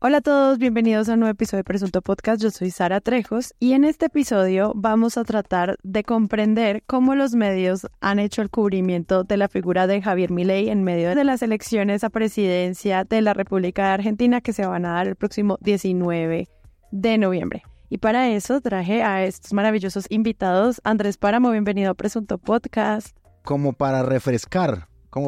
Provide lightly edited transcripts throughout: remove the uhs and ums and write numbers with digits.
Hola a todos, bienvenidos a un nuevo episodio de Presunto Podcast. Yo soy Sara Trejos y en este episodio vamos a tratar de comprender cómo los medios han hecho el cubrimiento de la figura de Javier Milei en medio de las elecciones a presidencia de la República de Argentina que se van a dar el próximo 19 de noviembre. Y para eso traje a estos maravillosos invitados. Andrés Páramo, bienvenido a Presunto Podcast. Como para refrescar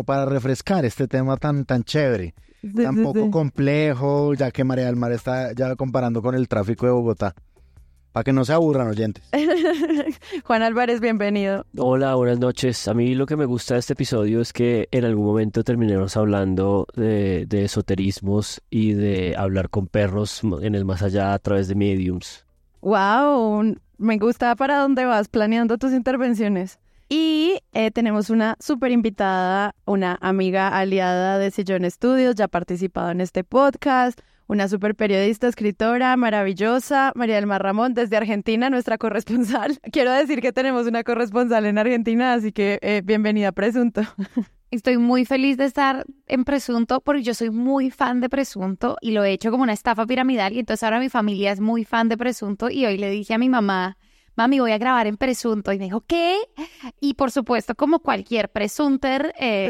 este tema tan chévere. Tan poco complejo, ya que María del Mar está ya comparando con el tráfico de Bogotá. Para que no se aburran, oyentes. Juan Álvarez, bienvenido. Hola, buenas noches. A mí lo que me gusta de este episodio es que en algún momento terminemos hablando de esoterismos y de hablar con perros en el más allá a través de mediums. ¡Wow! Me gusta para dónde vas planeando tus intervenciones. Y tenemos una súper invitada, una amiga aliada de Sillón Studios, ya ha participado en este podcast, una súper periodista, escritora maravillosa, María del Mar Ramón, desde Argentina, nuestra corresponsal. Quiero decir que tenemos una corresponsal en Argentina, así que bienvenida a Presunto. Estoy muy feliz de estar en Presunto porque yo soy muy fan de Presunto y lo he hecho como una estafa piramidal y entonces ahora mi familia es muy fan de Presunto y hoy le dije a mi mamá: mami, voy a grabar en Presunto. Y me dijo, ¿qué? Y por supuesto, como cualquier presunter,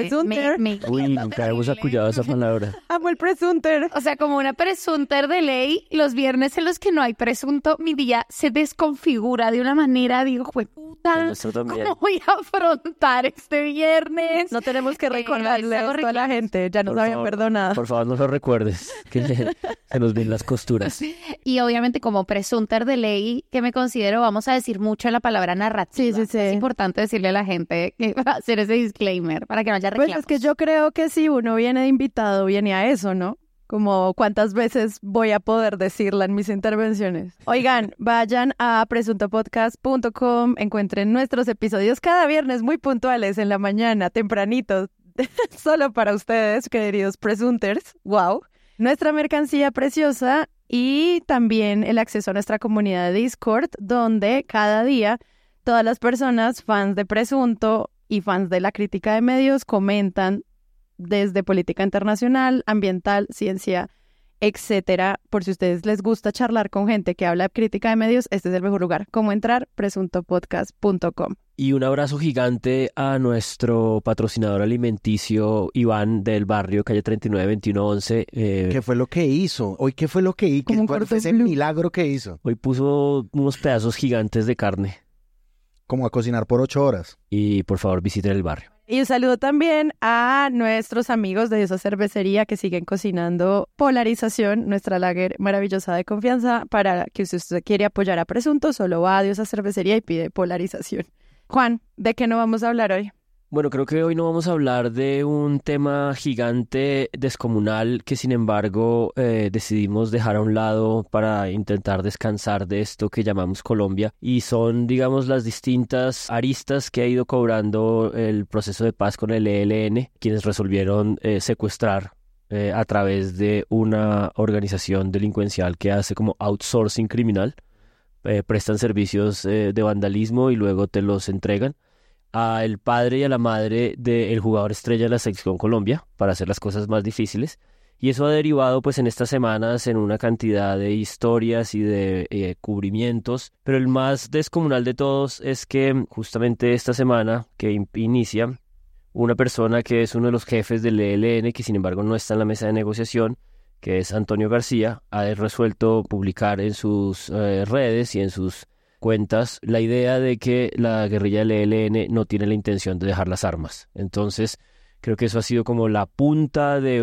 Uy, nunca hemos acuñado esa palabra. Amo el presunter. O sea, como una presunter de ley, los viernes en los que no hay presunto, mi día se desconfigura de una manera, digo, jueputa, ¿cómo voy a afrontar este viernes? No tenemos que recordarle esto a la gente, ya nos habían perdonado. Por favor, no lo recuerdes, que se nos ven las costuras. Y obviamente como presunter de ley, que me considero, vamos a decir mucho la palabra narrativa. Sí. Es importante decirle a la gente que va a hacer ese disclaimer para que no haya reclamos. Pues es que yo creo que si uno viene de invitado, viene a eso, ¿no? Como cuántas veces voy a poder decirla en mis intervenciones. Oigan, vayan a presuntopodcast.com, encuentren nuestros episodios cada viernes muy puntuales en la mañana, tempranito, solo para ustedes, queridos presunters. ¡Wow! Nuestra mercancía preciosa y también el acceso a nuestra comunidad de Discord, donde cada día todas las personas fans de Presunto y fans de la crítica de medios comentan desde política internacional, ambiental, ciencia, etcétera. Por si a ustedes les gusta charlar con gente que habla de crítica de medios, este es el mejor lugar. ¿Cómo entrar? presuntopodcast.com. Y un abrazo gigante a nuestro patrocinador alimenticio Iván del barrio, calle 39-21-11. ¿Qué fue lo que hizo? Hoy, ¿qué fue lo que hizo? ¿Cuál fue ese milagro que hizo? Hoy puso unos pedazos gigantes de carne. Como a cocinar por 8 horas. Y por favor visiten el barrio. Y un saludo también a nuestros amigos de Diosa Cervecería que siguen cocinando Polarización, nuestra lager maravillosa de confianza. Para que si usted quiere apoyar a Presunto, solo va a Diosa Cervecería y pide Polarización. Juan, ¿de qué no vamos a hablar hoy? Bueno, creo que hoy no vamos a hablar de un tema gigante, descomunal, que sin embargo decidimos dejar a un lado para intentar descansar de esto que llamamos Colombia. Y son, digamos, las distintas aristas que ha ido cobrando el proceso de paz con el ELN, quienes resolvieron secuestrar a través de una organización delincuencial que hace como outsourcing criminal. Prestan servicios de vandalismo y luego te los entregan al padre y a la madre del jugador estrella de la selección Colombia para hacer las cosas más difíciles. Y eso ha derivado pues en estas semanas en una cantidad de historias y de cubrimientos, pero el más descomunal de todos es que justamente esta semana que inicia, una persona que es uno de los jefes del ELN, que sin embargo no está en la mesa de negociación, que es Antonio García, ha resuelto publicar en sus redes y en sus cuentas la idea de que la guerrilla del ELN no tiene la intención de dejar las armas. Entonces, creo que eso ha sido como la punta de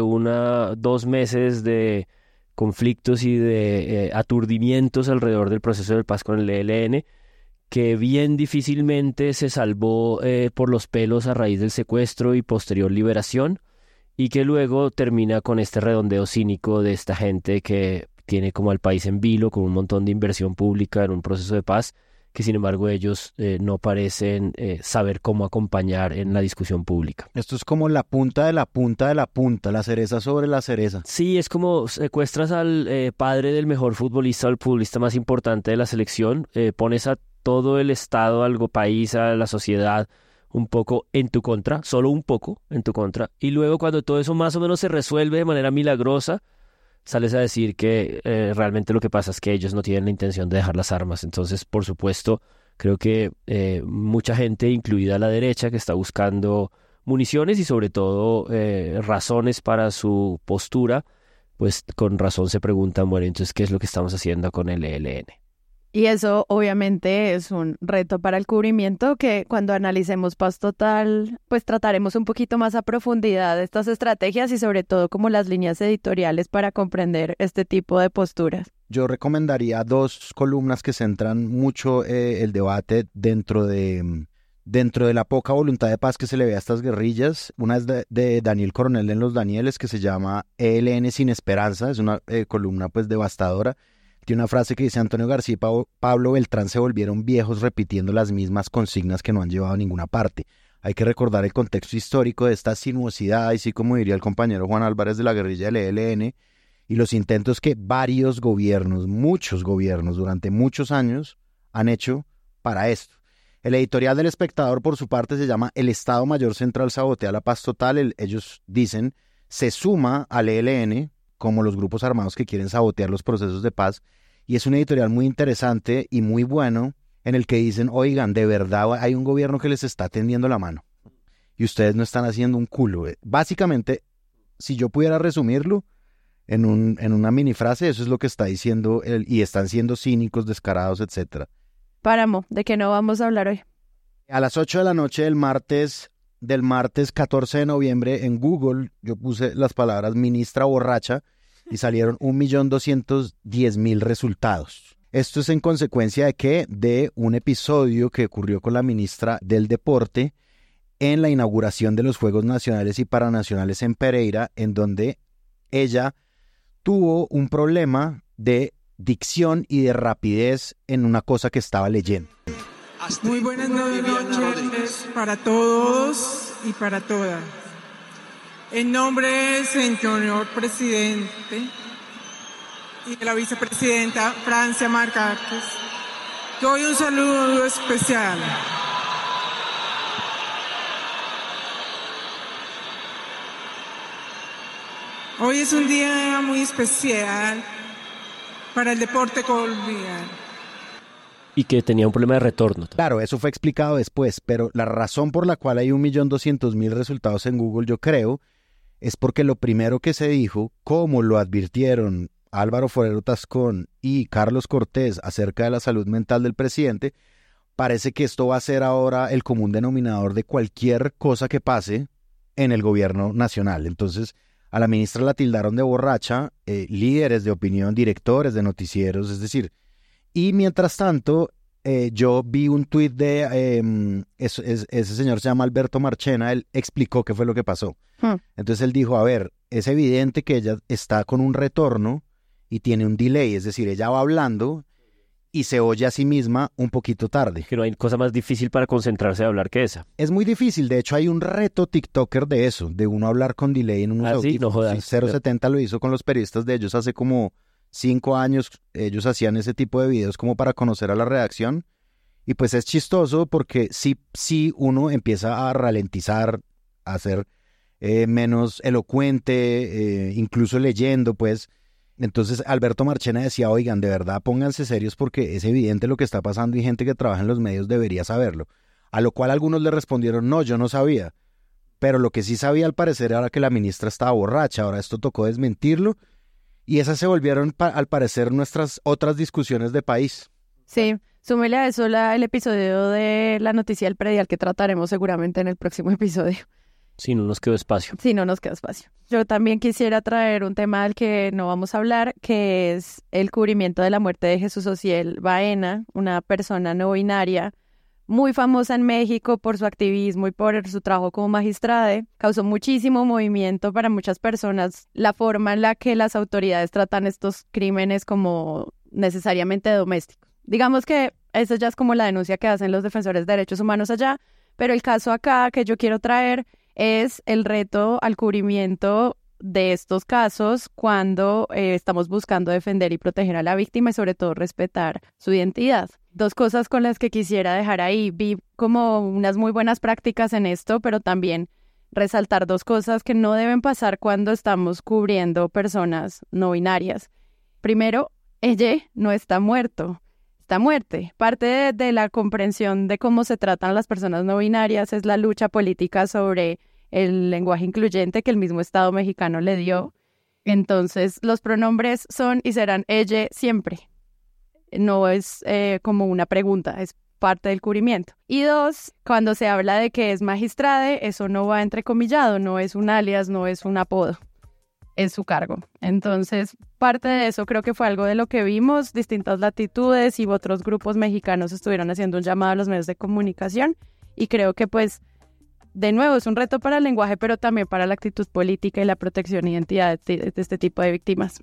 2 meses de conflictos y de aturdimientos alrededor del proceso de paz con el ELN, que bien difícilmente se salvó por los pelos a raíz del secuestro y posterior liberación, y que luego termina con este redondeo cínico de esta gente que tiene como al país en vilo con un montón de inversión pública en un proceso de paz, que sin embargo ellos no parecen saber cómo acompañar en la discusión pública. Esto es como la punta de la punta de la punta, la cereza sobre la cereza. Sí, es como secuestras al padre del mejor futbolista, al futbolista más importante de la selección, pones a todo el Estado, al país, a la sociedad un poco en tu contra, solo un poco en tu contra, y luego cuando todo eso más o menos se resuelve de manera milagrosa, sales a decir que realmente lo que pasa es que ellos no tienen la intención de dejar las armas. Entonces, por supuesto, creo que mucha gente, incluida la derecha, que está buscando municiones y sobre todo razones para su postura, pues con razón se preguntan, bueno, entonces, ¿qué es lo que estamos haciendo con el ELN? Y eso obviamente es un reto para el cubrimiento que cuando analicemos Paz Total, pues trataremos un poquito más a profundidad estas estrategias y sobre todo como las líneas editoriales para comprender este tipo de posturas. Yo recomendaría 2 columnas que centran mucho el debate dentro de la poca voluntad de paz que se le ve a estas guerrillas. Una es de Daniel Coronel en Los Danieles, que se llama ELN sin esperanza. Es una columna pues devastadora. Tiene una frase que dice: Antonio García y Pablo Beltrán se volvieron viejos repitiendo las mismas consignas que no han llevado a ninguna parte. Hay que recordar el contexto histórico de esta sinuosidad, así como diría el compañero Juan Álvarez, de la guerrilla del ELN, y los intentos que varios gobiernos, muchos gobiernos, durante muchos años han hecho para esto. El editorial del Espectador, por su parte, se llama El Estado Mayor Central sabotea la paz total. Ellos dicen, se suma al ELN como los grupos armados que quieren sabotear los procesos de paz, y es un editorial muy interesante y muy bueno, en el que dicen, oigan, de verdad hay un gobierno que les está tendiendo la mano, y ustedes no están haciendo un culo. Básicamente, si yo pudiera resumirlo en una mini frase, eso es lo que está diciendo y están siendo cínicos, descarados, etc. Páramo, ¿de qué no vamos a hablar hoy? A las 8 de la noche del martes 14 de noviembre, en Google, yo puse las palabras ministra borracha y salieron 1.210.000 resultados. Esto es en consecuencia de ¿qué? De un episodio que ocurrió con la ministra del Deporte en la inauguración de los Juegos Nacionales y Paranacionales en Pereira, en donde ella tuvo un problema de dicción y de rapidez en una cosa que estaba leyendo. Muy buenas noches para todos y para todas. En nombre del señor presidente y de la vicepresidenta Francia Márquez, doy un saludo especial. Hoy es un día muy especial para el deporte colombiano. Y que tenía un problema de retorno. Claro, eso fue explicado después, pero la razón por la cual hay 1.200.000 resultados en Google, yo creo, es porque lo primero que se dijo, como lo advirtieron Álvaro Forero Tascón y Carlos Cortés acerca de la salud mental del presidente, parece que esto va a ser ahora el común denominador de cualquier cosa que pase en el gobierno nacional. Entonces, a la ministra la tildaron de borracha, líderes de opinión, directores de noticieros, es decir, y mientras tanto, yo vi un tuit de ese señor se llama Alberto Marchena. Él explicó qué fue lo que pasó. Entonces él dijo, a ver, es evidente que ella está con un retorno y tiene un delay, es decir, ella va hablando y se oye a sí misma un poquito tarde. Que no hay cosa más difícil para concentrarse de hablar que esa. Es muy difícil, de hecho hay un reto TikToker de eso, de uno hablar con delay en unos audífonos. No jodas. 070 lo hizo con los periodistas de ellos hace como 5 años. Ellos hacían ese tipo de videos como para conocer a la redacción, y pues es chistoso porque sí uno empieza a ralentizar, a ser menos elocuente, incluso leyendo, pues. Entonces Alberto Marchena decía, oigan, de verdad pónganse serios porque es evidente lo que está pasando y gente que trabaja en los medios debería saberlo. A lo cual algunos le respondieron, no, yo no sabía. Pero lo que sí sabía al parecer era que la ministra estaba borracha. Ahora esto tocó desmentirlo y esas se volvieron al parecer nuestras otras discusiones de país. Sí, súmele a eso el episodio de la noticia del predial que trataremos seguramente en el próximo episodio. Si no nos quedó espacio. Sí, no nos queda espacio. Yo también quisiera traer un tema del que no vamos a hablar, que es el cubrimiento de la muerte de Jesús Ociel Baena, una persona no binaria muy famosa en México por su activismo y por su trabajo como magistrade. Causó muchísimo movimiento para muchas personas la forma en la que las autoridades tratan estos crímenes como necesariamente domésticos. Digamos que eso ya es como la denuncia que hacen los defensores de derechos humanos allá, pero el caso acá que yo quiero traer es el reto al cubrimiento de estos casos cuando estamos buscando defender y proteger a la víctima y sobre todo respetar su identidad. 2 cosas con las que quisiera dejar ahí. Vi como unas muy buenas prácticas en esto, pero también resaltar 2 cosas que no deben pasar cuando estamos cubriendo personas no binarias. Primero, ella no está muerto, está muerte. Parte de la comprensión de cómo se tratan las personas no binarias es la lucha política sobre el lenguaje incluyente que el mismo Estado mexicano le dio. Entonces, los pronombres son y serán ella siempre. No es como una pregunta, es parte del cubrimiento. Y 2, cuando se habla de que es magistrade, eso no va entrecomillado, no es un alias, no es un apodo, es su cargo. Entonces, parte de eso creo que fue algo de lo que vimos, distintas latitudes y otros grupos mexicanos estuvieron haciendo un llamado a los medios de comunicación y creo que pues, de nuevo, es un reto para el lenguaje, pero también para la actitud política y la protección e identidad de este tipo de víctimas.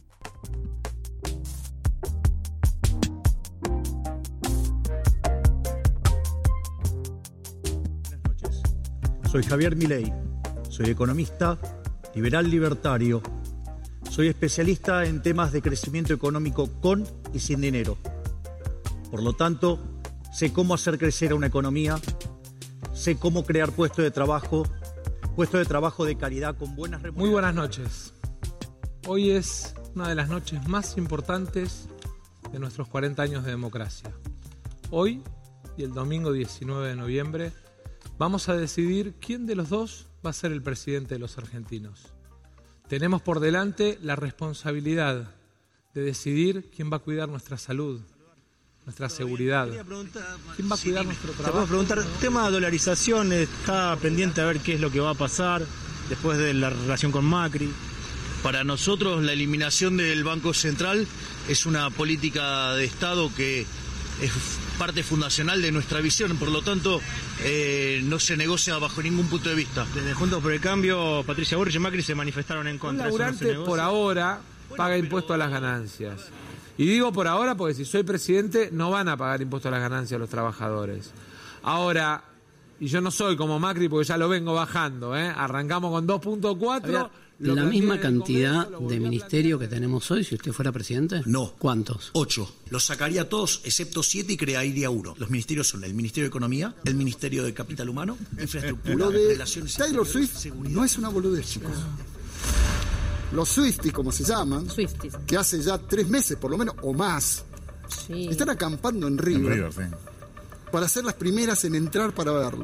Soy Javier Milei, soy economista, liberal libertario, soy especialista en temas de crecimiento económico con y sin dinero. Por lo tanto, sé cómo hacer crecer a una economía, sé cómo crear puestos de trabajo de calidad con buenas remuneraciones. Muy buenas noches. Hoy es una de las noches más importantes de nuestros 40 años de democracia. Hoy y el domingo 19 de noviembre vamos a decidir quién de los dos va a ser el presidente de los argentinos. Tenemos por delante la responsabilidad de decidir quién va a cuidar nuestra salud, nuestra seguridad. ¿Quién va a cuidar nuestro trabajo? Te puedo preguntar, tema de dolarización, está pendiente a ver qué es lo que va a pasar después de la relación con Macri. Para nosotros la eliminación del Banco Central es una política de Estado que es parte fundacional de nuestra visión, por lo tanto no se negocia bajo ningún punto de vista. Desde Juntos por el Cambio, Patricia Bullrich y Macri se manifestaron en contra. Un laburante por ahora paga impuesto a las ganancias. Y digo por ahora porque si soy presidente no van a pagar impuesto a las ganancias los trabajadores. Ahora, y yo no soy como Macri porque ya lo vengo bajando, arrancamos con 2.4. ¿La misma cantidad de ministerio que tenemos hoy si usted fuera presidente? No. ¿Cuántos? 8. Los sacaría todos, excepto 7 y crearía 1. Los ministerios son el Ministerio de Economía, el Ministerio de Capital Humano, Infraestructura, Lo de Relaciones Taylor Swift no es una boludez, chicos. Los Swifties, como se llaman, que hace ya 3 meses por lo menos, o más, están acampando en River, para ser las primeras en entrar para verlo.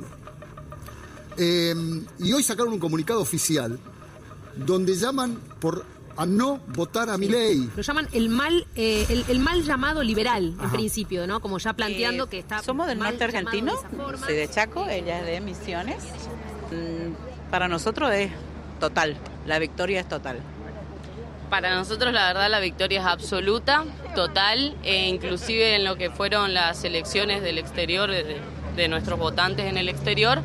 Y hoy sacaron un comunicado oficial donde llaman a no votar a Milei. Lo llaman el mal llamado liberal, en principio, ¿no? Como ya planteando que está. Somos del norte argentino, soy de Chaco, ella es de Misiones. Para nosotros es total, la victoria es total. Para nosotros la verdad la victoria es absoluta, total, e inclusive en lo que fueron las elecciones del exterior, de nuestros votantes en el exterior,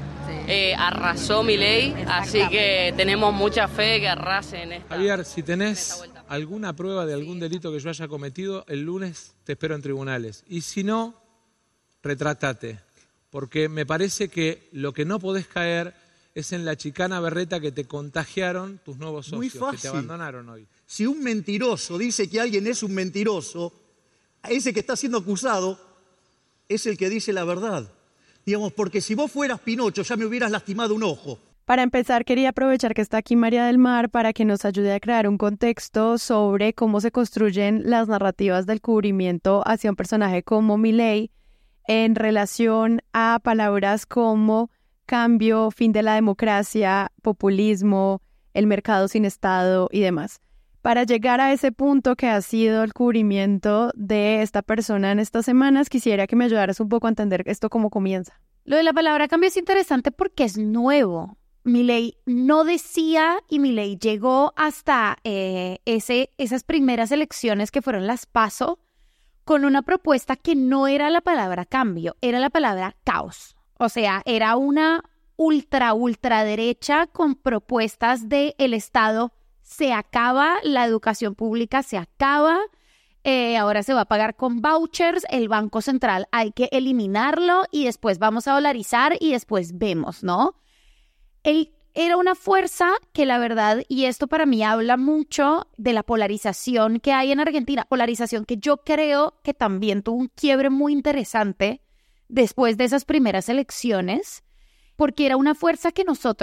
arrasó Milei, así que tenemos mucha fe de que arrase en esta. Javier, si tenés alguna prueba de algún delito que yo haya cometido, el lunes te espero en tribunales. Y si no, retrátate, porque me parece que lo que no podés caer es en la chicana berreta que te contagiaron tus nuevos socios, Muy fácil. que te abandonaron hoy. Si un mentiroso dice que alguien es un mentiroso, ese que está siendo acusado es el que dice la verdad. Digamos, porque si vos fueras Pinocho ya me hubieras lastimado un ojo. Para empezar, quería aprovechar que está aquí María del Mar para que nos ayude a crear un contexto sobre cómo se construyen las narrativas del cubrimiento hacia un personaje como Milei en relación a palabras como cambio, fin de la democracia, populismo, el mercado sin Estado y demás. Para llegar a ese punto que ha sido el cubrimiento de esta persona en estas semanas, quisiera que me ayudaras un poco a entender esto cómo comienza. Lo de la palabra cambio es interesante porque es nuevo. Milei no decía y Milei llegó hasta esas primeras elecciones que fueron las PASO con una propuesta que no era la palabra cambio, era la palabra caos. O sea, era una ultraderecha con propuestas de el Estado. Se acaba, la educación pública se acaba, ahora se va a pagar con vouchers, el Banco Central hay que eliminarlo y después vamos a dolarizar y después vemos, ¿no? Él era una fuerza que la verdad, y esto para mí habla mucho de la polarización que hay en Argentina, polarización que yo creo que también tuvo un quiebre muy interesante después de esas primeras elecciones, porque era una fuerza que nosotros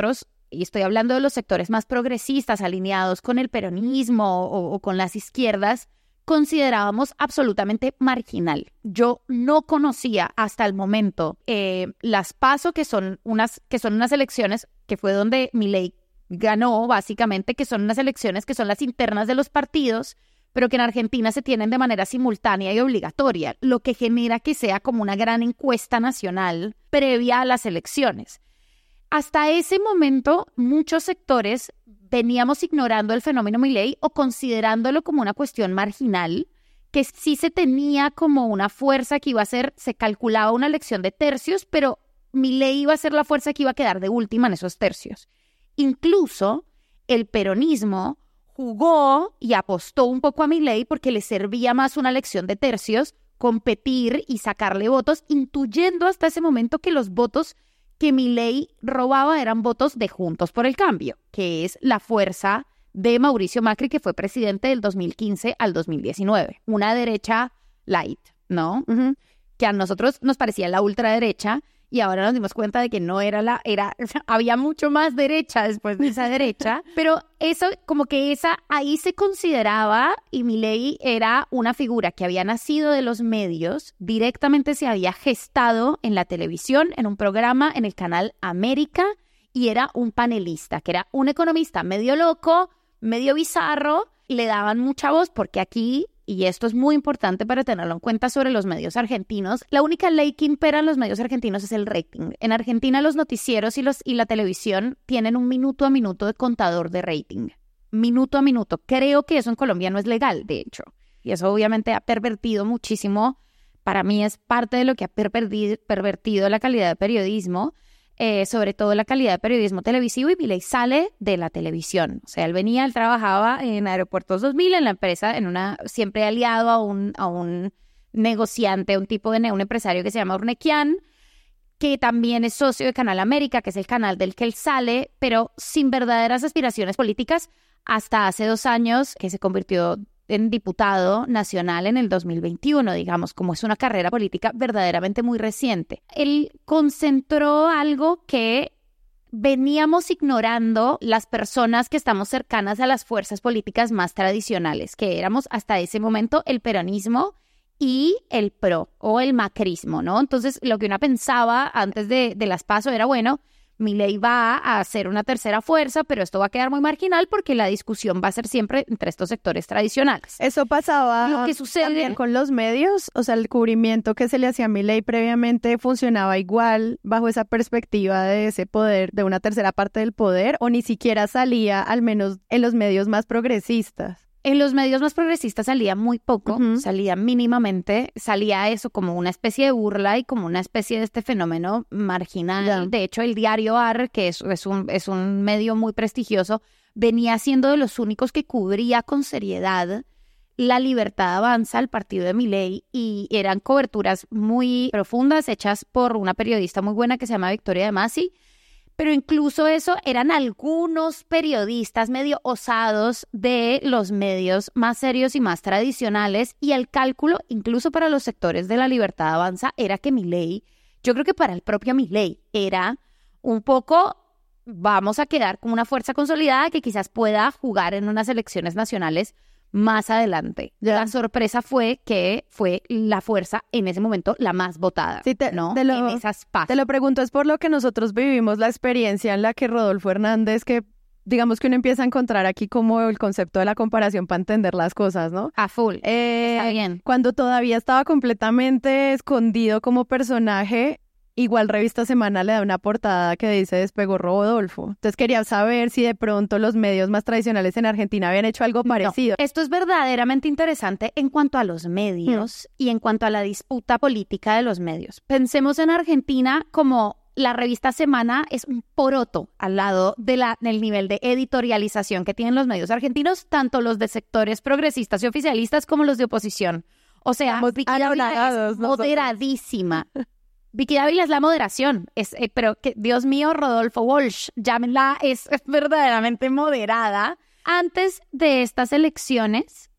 y estoy hablando de los sectores más progresistas, alineados con el peronismo o con las izquierdas, considerábamos absolutamente marginal. Yo no conocía hasta el momento las PASO, que son unas elecciones, que fue donde Milei ganó, básicamente, que son unas elecciones que son las internas de los partidos, pero que en Argentina se tienen de manera simultánea y obligatoria, lo que genera que sea como una gran encuesta nacional previa a las elecciones. Hasta ese momento, muchos sectores veníamos ignorando el fenómeno Milei o considerándolo como una cuestión marginal, que sí se tenía como una fuerza que iba a ser, se calculaba una elección de tercios, pero Milei iba a ser la fuerza que iba a quedar de última en esos tercios. Incluso el peronismo jugó y apostó un poco a Milei porque le servía más una elección de tercios, competir y sacarle votos, intuyendo hasta ese momento que los votos que Milei robaba eran votos de Juntos por el Cambio, que es la fuerza de Mauricio Macri, que fue presidente del 2015 al 2019. Una derecha light, ¿no? Que a nosotros nos parecía la ultraderecha, y ahora nos dimos cuenta de que no era había mucho más derecha después de esa derecha, pero eso, como que ahí se consideraba, y Milei era una figura que había nacido de los medios, directamente se había gestado en la televisión, en un programa en el canal América, y era un panelista, que era un economista medio loco, medio bizarro, le daban mucha voz, porque aquí, y esto es muy importante para tenerlo en cuenta sobre los medios argentinos, la única ley que impera en los medios argentinos es el rating. En Argentina los noticieros y la televisión tienen un minuto a minuto de contador de rating. Minuto a minuto. Creo que eso en Colombia no es legal, de hecho. Y eso obviamente ha pervertido muchísimo. Para mí es parte de lo que ha pervertido la calidad de periodismo, sobre todo la calidad de periodismo televisivo, y Milei sale de la televisión. O sea, él trabajaba en Aeropuertos 2000, en la empresa, siempre aliado a un negociante, un empresario que se llama Urnequian, que también es socio de Canal América, que es el canal del que él sale, pero sin verdaderas aspiraciones políticas, hasta hace 2 años que se convirtió en diputado nacional en el 2021, digamos, como es una carrera política verdaderamente muy reciente. Él concentró algo que veníamos ignorando las personas que estamos cercanas a las fuerzas políticas más tradicionales, que éramos hasta ese momento el peronismo y el PRO o el macrismo, ¿no? Entonces, lo que uno pensaba antes de las PASO era, bueno, Milei va a hacer una tercera fuerza, pero esto va a quedar muy marginal porque la discusión va a ser siempre entre estos sectores tradicionales. Eso pasaba lo que sucede también con los medios, o sea, el cubrimiento que se le hacía a Milei previamente funcionaba igual bajo esa perspectiva de ese poder, de una tercera parte del poder, o ni siquiera salía, al menos en los medios más progresistas. En los medios más progresistas salía muy poco, salía mínimamente, salía eso como una especie de burla y como una especie de este fenómeno marginal. Yeah. De hecho, el diario AR, que es un medio muy prestigioso, venía siendo de los únicos que cubría con seriedad La Libertad Avanza, el partido de Milei, y eran coberturas muy profundas hechas por una periodista muy buena que se llama Victoria De Masi. Pero incluso eso eran algunos periodistas medio osados de los medios más serios y más tradicionales, y el cálculo, incluso para los sectores de La Libertad Avanza, era que Milei, yo creo que para el propio Milei, era un poco, vamos a quedar con una fuerza consolidada que quizás pueda jugar en unas elecciones nacionales más adelante. La sorpresa fue que fue la fuerza en ese momento la más votada, sí, ¿no? En esas PASO. Te lo pregunto, es por lo que nosotros vivimos la experiencia en la que Rodolfo Hernández, que digamos que uno empieza a encontrar aquí como el concepto de la comparación para entender las cosas, ¿no? A full, está bien. Cuando todavía estaba completamente escondido como personaje, igual Revista Semana le da una portada que dice despegó Rodolfo. Entonces quería saber si de pronto los medios más tradicionales en Argentina habían hecho algo parecido. No. Esto es verdaderamente interesante en cuanto a los medios y en cuanto a la disputa política de los medios. Pensemos en Argentina como la Revista Semana es un poroto al lado del nivel de editorialización que tienen los medios argentinos, tanto los de sectores progresistas y oficialistas como los de oposición. O sea, Vicky Dávila es moderadísima. Vicky Dávila es la moderación, pero que, Dios mío, Rodolfo Walsh, llámenla, es verdaderamente moderada. Antes de estas elecciones,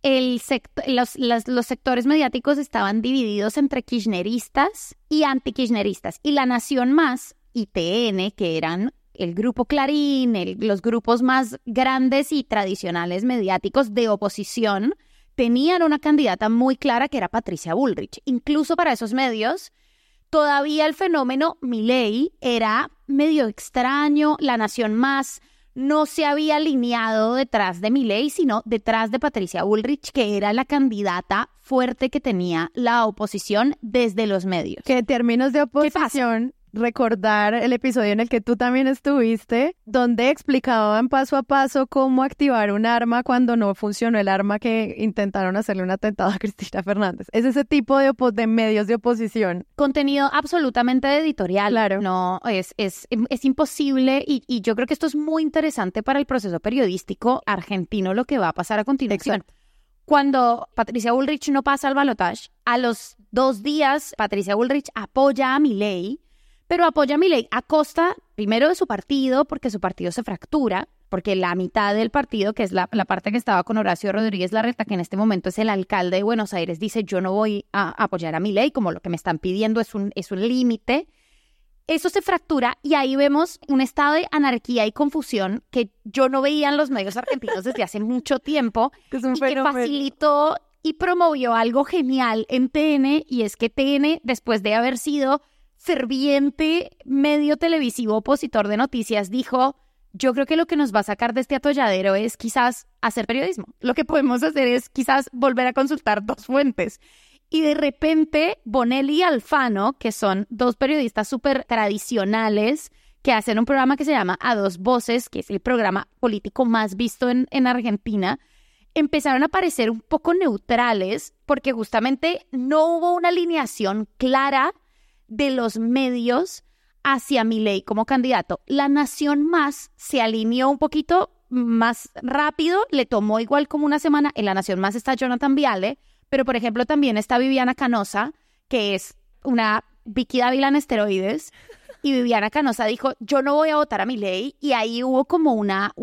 los sectores mediáticos estaban divididos entre kirchneristas y antikirchneristas. Y La Nación Más y TN, que eran el grupo Clarín, los grupos más grandes y tradicionales mediáticos de oposición tenían una candidata muy clara que era Patricia Bullrich. Incluso para esos medios, todavía el fenómeno Milei era medio extraño. La Nación Más no se había alineado detrás de Milei, sino detrás de Patricia Bullrich, que era la candidata fuerte que tenía la oposición desde los medios. Que en términos de oposición, recordar el episodio en el que tú también estuviste, donde explicaban paso a paso cómo activar un arma cuando no funcionó el arma que intentaron hacerle un atentado a Cristina Fernández. Es ese tipo de medios de oposición. Contenido absolutamente editorial. Claro. No, es imposible y yo creo que esto es muy interesante para el proceso periodístico argentino, lo que va a pasar a continuación. Exacto. Cuando Patricia Bullrich no pasa al balotaje, a los 2 días Patricia Bullrich apoya a Milei, pero apoya a Milei a costa, primero, de su partido, porque su partido se fractura, porque la mitad del partido, que es la parte que estaba con Horacio Rodríguez Larreta, que en este momento es el alcalde de Buenos Aires, dice, yo no voy a apoyar a Milei, como lo que me están pidiendo es un límite. Eso se fractura y ahí vemos un estado de anarquía y confusión que yo no veía en los medios argentinos desde hace mucho tiempo, que facilitó y promovió algo genial en TN, y es que TN, después de haber sido ferviente medio televisivo opositor de noticias, dijo, yo creo que lo que nos va a sacar de este atolladero es quizás hacer periodismo. Lo que podemos hacer es quizás volver a consultar 2 fuentes. Y de repente, Bonelli y Alfano, que son 2 periodistas súper tradicionales, que hacen un programa que se llama A Dos Voces, que es el programa político más visto en Argentina, empezaron a parecer un poco neutrales, porque justamente no hubo una alineación clara de los medios hacia Milei como candidato. La Nación Más se alineó un poquito más rápido, le tomó igual como una semana. En La Nación Más está Jonathan Viale, pero por ejemplo también está Viviana Canosa, que es una Vicky Dávila en esteroides, y Viviana Canosa dijo, yo no voy a votar a Milei, y ahí hubo como una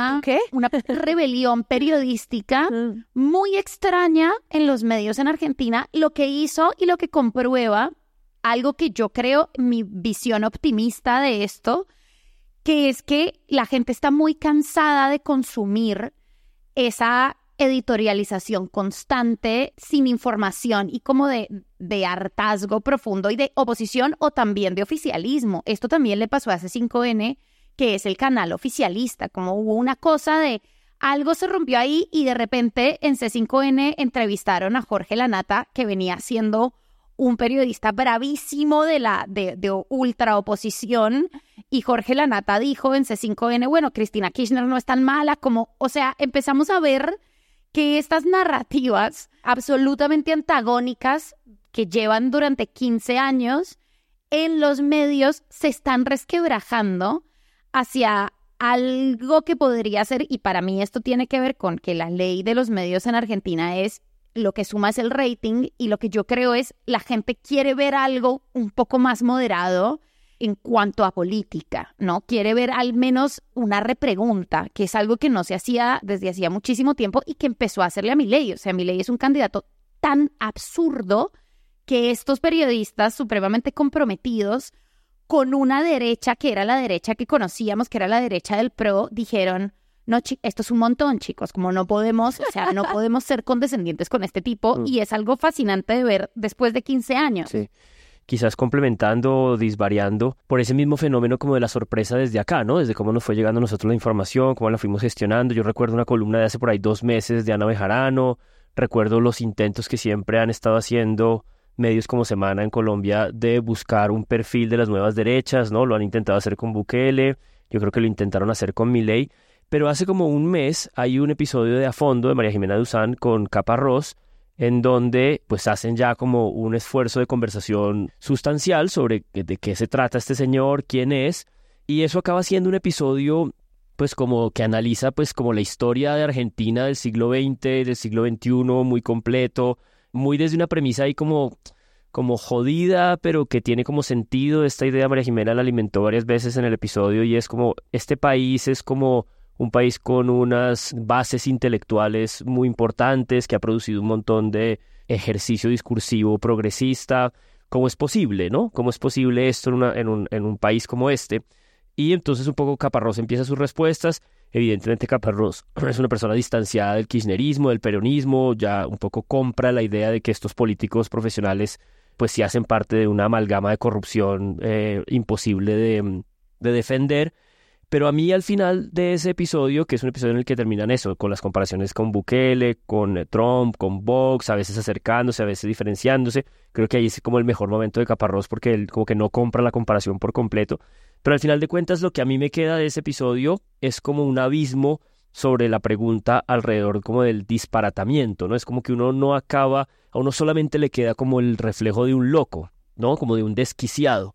rebelión periodística muy extraña en los medios en Argentina, lo que hizo y lo que comprueba algo que yo creo, mi visión optimista de esto, que es que la gente está muy cansada de consumir esa editorialización constante, sin información y como de hartazgo profundo y de oposición o también de oficialismo. Esto también le pasó a C5N, que es el canal oficialista, como hubo una cosa de algo se rompió ahí y de repente en C5N entrevistaron a Jorge Lanata, que venía siendo un periodista bravísimo de ultra oposición, y Jorge Lanata dijo en C5N, bueno, Cristina Kirchner no es tan mala como, o sea, empezamos a ver que estas narrativas absolutamente antagónicas que llevan durante 15 años en los medios se están resquebrajando hacia algo que podría ser, y para mí esto tiene que ver con que la ley de los medios en Argentina es lo que suma es el rating, y lo que yo creo es la gente quiere ver algo un poco más moderado en cuanto a política, ¿no? Quiere ver al menos una repregunta, que es algo que no se hacía desde hacía muchísimo tiempo y que empezó a hacerle a Milei. O sea, Milei es un candidato tan absurdo que estos periodistas supremamente comprometidos con una derecha que era la derecha que conocíamos, que era la derecha del PRO, dijeron, no, esto es un montón, chicos, como no podemos, o sea, no podemos ser condescendientes con este tipo, y es algo fascinante de ver después de 15 años. Sí. Quizás complementando o disvariando por ese mismo fenómeno como de la sorpresa desde acá, ¿no? Desde cómo nos fue llegando a nosotros la información, cómo la fuimos gestionando. Yo recuerdo una columna de hace por ahí 2 meses de Ana Bejarano, recuerdo los intentos que siempre han estado haciendo medios como Semana en Colombia de buscar un perfil de las nuevas derechas, ¿no? Lo han intentado hacer con Bukele, yo creo que lo intentaron hacer con Milei, pero hace como un mes hay un episodio de A Fondo de María Jimena Duzán con Caparrós, en donde pues hacen ya como un esfuerzo de conversación sustancial sobre de qué se trata este señor, quién es, y eso acaba siendo un episodio pues como que analiza pues como la historia de Argentina del siglo XX, del siglo XXI, muy completo, muy desde una premisa ahí como jodida, pero que tiene como sentido. Esta idea María Jimena la alimentó varias veces en el episodio, y es como este país es como un país con unas bases intelectuales muy importantes, que ha producido un montón de ejercicio discursivo progresista. ¿Cómo es posible, no? ¿Cómo es posible esto en un país como este? Y entonces un poco Caparrós empieza sus respuestas. Evidentemente Caparrós es una persona distanciada del kirchnerismo, del peronismo, ya un poco compra la idea de que estos políticos profesionales pues sí hacen parte de una amalgama de corrupción imposible de defender. Pero a mí al final de ese episodio, que es un episodio en el que terminan eso, con las comparaciones con Bukele, con Trump, con Vox, a veces acercándose, a veces diferenciándose, creo que ahí es como el mejor momento de Caparrós porque él como que no compra la comparación por completo. Pero al final de cuentas lo que a mí me queda de ese episodio es como un abismo sobre la pregunta alrededor como del disparatamiento, ¿no? Es como que uno no acaba, a uno solamente le queda como el reflejo de un loco, ¿no? Como de un desquiciado.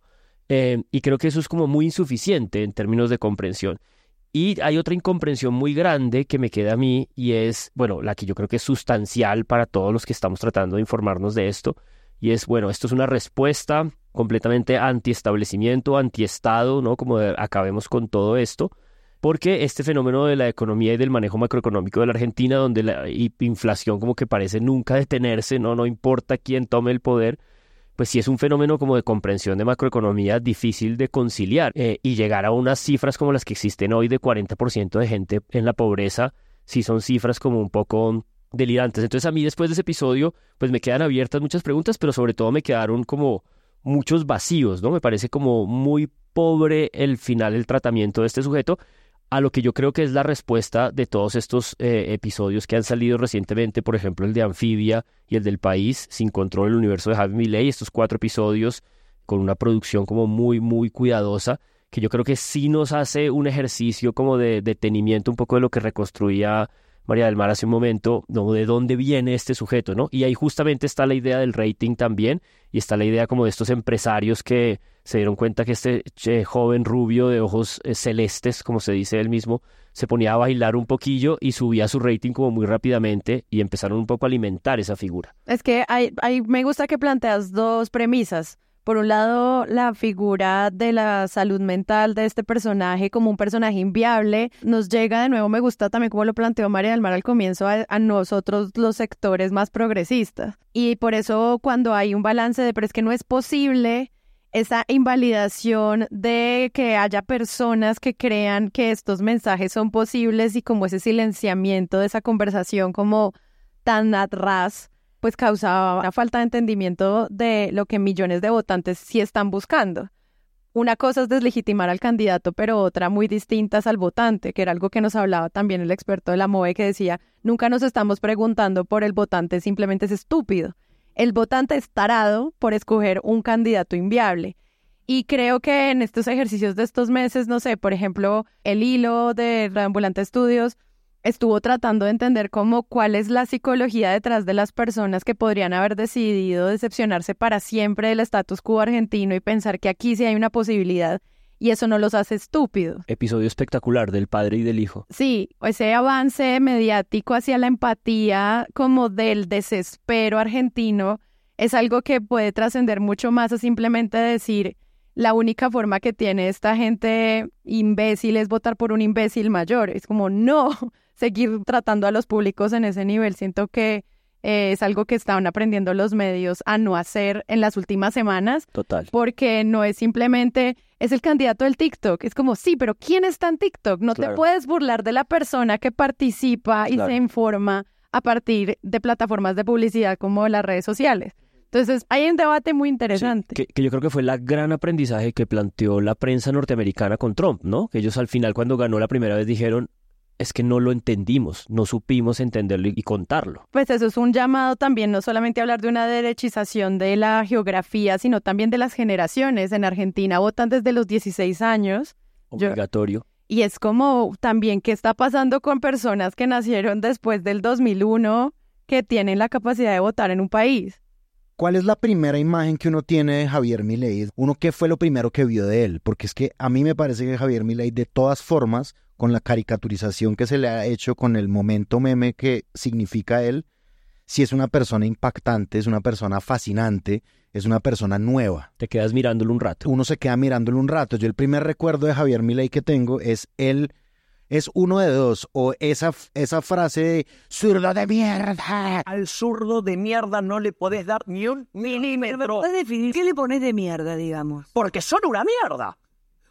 Y creo que eso es como muy insuficiente en términos de comprensión. Y hay otra incomprensión muy grande que me queda a mí y es, bueno, la que yo creo que es sustancial para todos los que estamos tratando de informarnos de esto. Y es, bueno, esto es una respuesta completamente antiestablecimiento, antiestado, ¿no? Como de, acabemos con todo esto. Porque este fenómeno de la economía y del manejo macroeconómico de la Argentina, donde la inflación como que parece nunca detenerse, no importa quién tome el poder, pues sí es un fenómeno como de comprensión de macroeconomía difícil de conciliar. Y llegar a unas cifras como las que existen hoy de 40% de gente en la pobreza, sí son cifras como un poco delirantes. Entonces a mí después de ese episodio, pues me quedan abiertas muchas preguntas, pero sobre todo me quedaron como muchos vacíos, ¿no? Me parece como muy pobre el final, el tratamiento de este sujeto, a lo que yo creo que es la respuesta de todos estos episodios que han salido recientemente, por ejemplo el de Anfibia y el del País, Sin Control, el universo de Javier Milei, estos 4 episodios con una producción como muy, muy cuidadosa, que yo creo que sí nos hace un ejercicio como de detenimiento un poco de lo que reconstruía María del Mar hace un momento, ¿no? De dónde viene este sujeto, ¿no? Y ahí justamente está la idea del rating también, y está la idea como de estos empresarios que se dieron cuenta que este joven rubio de ojos celestes, como se dice él mismo, se ponía a bailar un poquillo y subía su rating como muy rápidamente y empezaron un poco a alimentar esa figura. Es que me gusta que planteas 2 premisas. Por un lado, la figura de la salud mental de este personaje como un personaje inviable nos llega de nuevo, me gusta también como lo planteó María del Mar al comienzo, a nosotros los sectores más progresistas. Y por eso cuando hay un balance de, pero es que no es posible esa invalidación de que haya personas que crean que estos mensajes son posibles y como ese silenciamiento de esa conversación como tan a ras, pues causaba una falta de entendimiento de lo que millones de votantes sí están buscando. Una cosa es deslegitimar al candidato, pero otra muy distinta es al votante, que era algo que nos hablaba también el experto de la MOVE, que decía, nunca nos estamos preguntando por el votante, simplemente es estúpido. El votante es tarado por escoger un candidato inviable. Y creo que en estos ejercicios de estos meses, no sé, por ejemplo, el hilo de Reambulante Estudios estuvo tratando de entender cuál es la psicología detrás de las personas que podrían haber decidido decepcionarse para siempre del status quo argentino y pensar que aquí sí hay una posibilidad y eso no los hace estúpidos. Episodio espectacular del padre y del hijo. Sí, ese avance mediático hacia la empatía como del desespero argentino es algo que puede trascender mucho más a simplemente decir la única forma que tiene esta gente imbécil es votar por un imbécil mayor. Es como no seguir tratando a los públicos en ese nivel. Siento que es algo que estaban aprendiendo los medios a no hacer en las últimas semanas. Total. Porque no es simplemente, es el candidato del TikTok. Es como, sí, pero ¿quién está en TikTok? No te puedes burlar de la persona que participa y se informa a partir de plataformas de publicidad como las redes sociales. Entonces, hay un debate muy interesante. Sí, que yo creo que fue el gran aprendizaje que planteó la prensa norteamericana con Trump, ¿no? Que ellos al final, cuando ganó la primera vez, dijeron, es que no lo entendimos, no supimos entenderlo y contarlo. Pues eso es un llamado también, no solamente hablar de una derechización de la geografía, sino también de las generaciones. En Argentina votan desde los 16 años. Obligatorio. Y es como también qué está pasando con personas que nacieron después del 2001 que tienen la capacidad de votar en un país. ¿Cuál es la primera imagen que uno tiene de Javier Milei? ¿Qué fue lo primero que vio de él? Porque es que a mí me parece que Javier Milei, de todas formas, con la caricaturización que se le ha hecho, con el momento meme que significa él, sí es una persona impactante, es una persona fascinante, es una persona nueva. Te quedas mirándolo un rato. Uno se queda mirándolo un rato. Yo el primer recuerdo de Javier Milei que tengo es él. Es uno de dos, o esa frase de zurdo de mierda. Al zurdo de mierda no le podés dar ni un milímetro. ¿Puedes definir qué le pones de mierda, digamos? Porque son una mierda.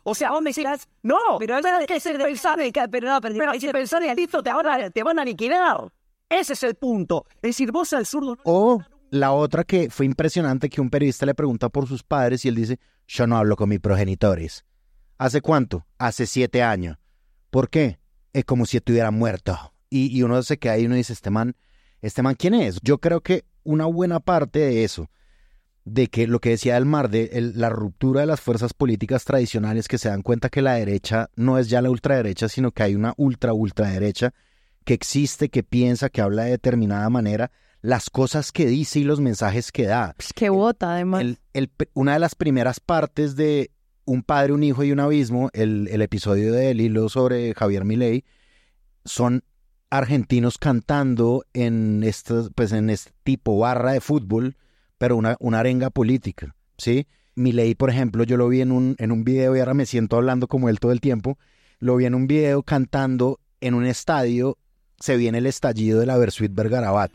O sea, vos me decís, no, pero es que se pensar en que, pero si pensar en esto te van a aniquilar. Ese es el punto. Es decir, vos al zurdo... O la otra que fue impresionante, que un periodista le pregunta por sus padres y él dice, yo no hablo con mis progenitores. ¿Hace cuánto? Hace 7 años. ¿Por qué? Es como si estuviera muerto. Y uno se queda ahí y uno dice, ¿este man quién es? Yo creo que una buena parte de eso, de que lo que decía Elmar, la ruptura de las fuerzas políticas tradicionales, que se dan cuenta que la derecha no es ya la ultraderecha, sino que hay una ultraderecha que existe, que piensa, que habla de determinada manera, las cosas que dice y los mensajes que da. Pues que vota, además. Una de las primeras partes de Un padre, un hijo y un abismo, el episodio del hilo sobre Javier Milei, son argentinos cantando en este tipo barra de fútbol, pero una arenga política, ¿sí? Milei, por ejemplo, yo lo vi en un video y ahora me siento hablando como él todo el tiempo. Lo vi en un video cantando en un estadio, se viene el estallido de la Versuit Vergarabat.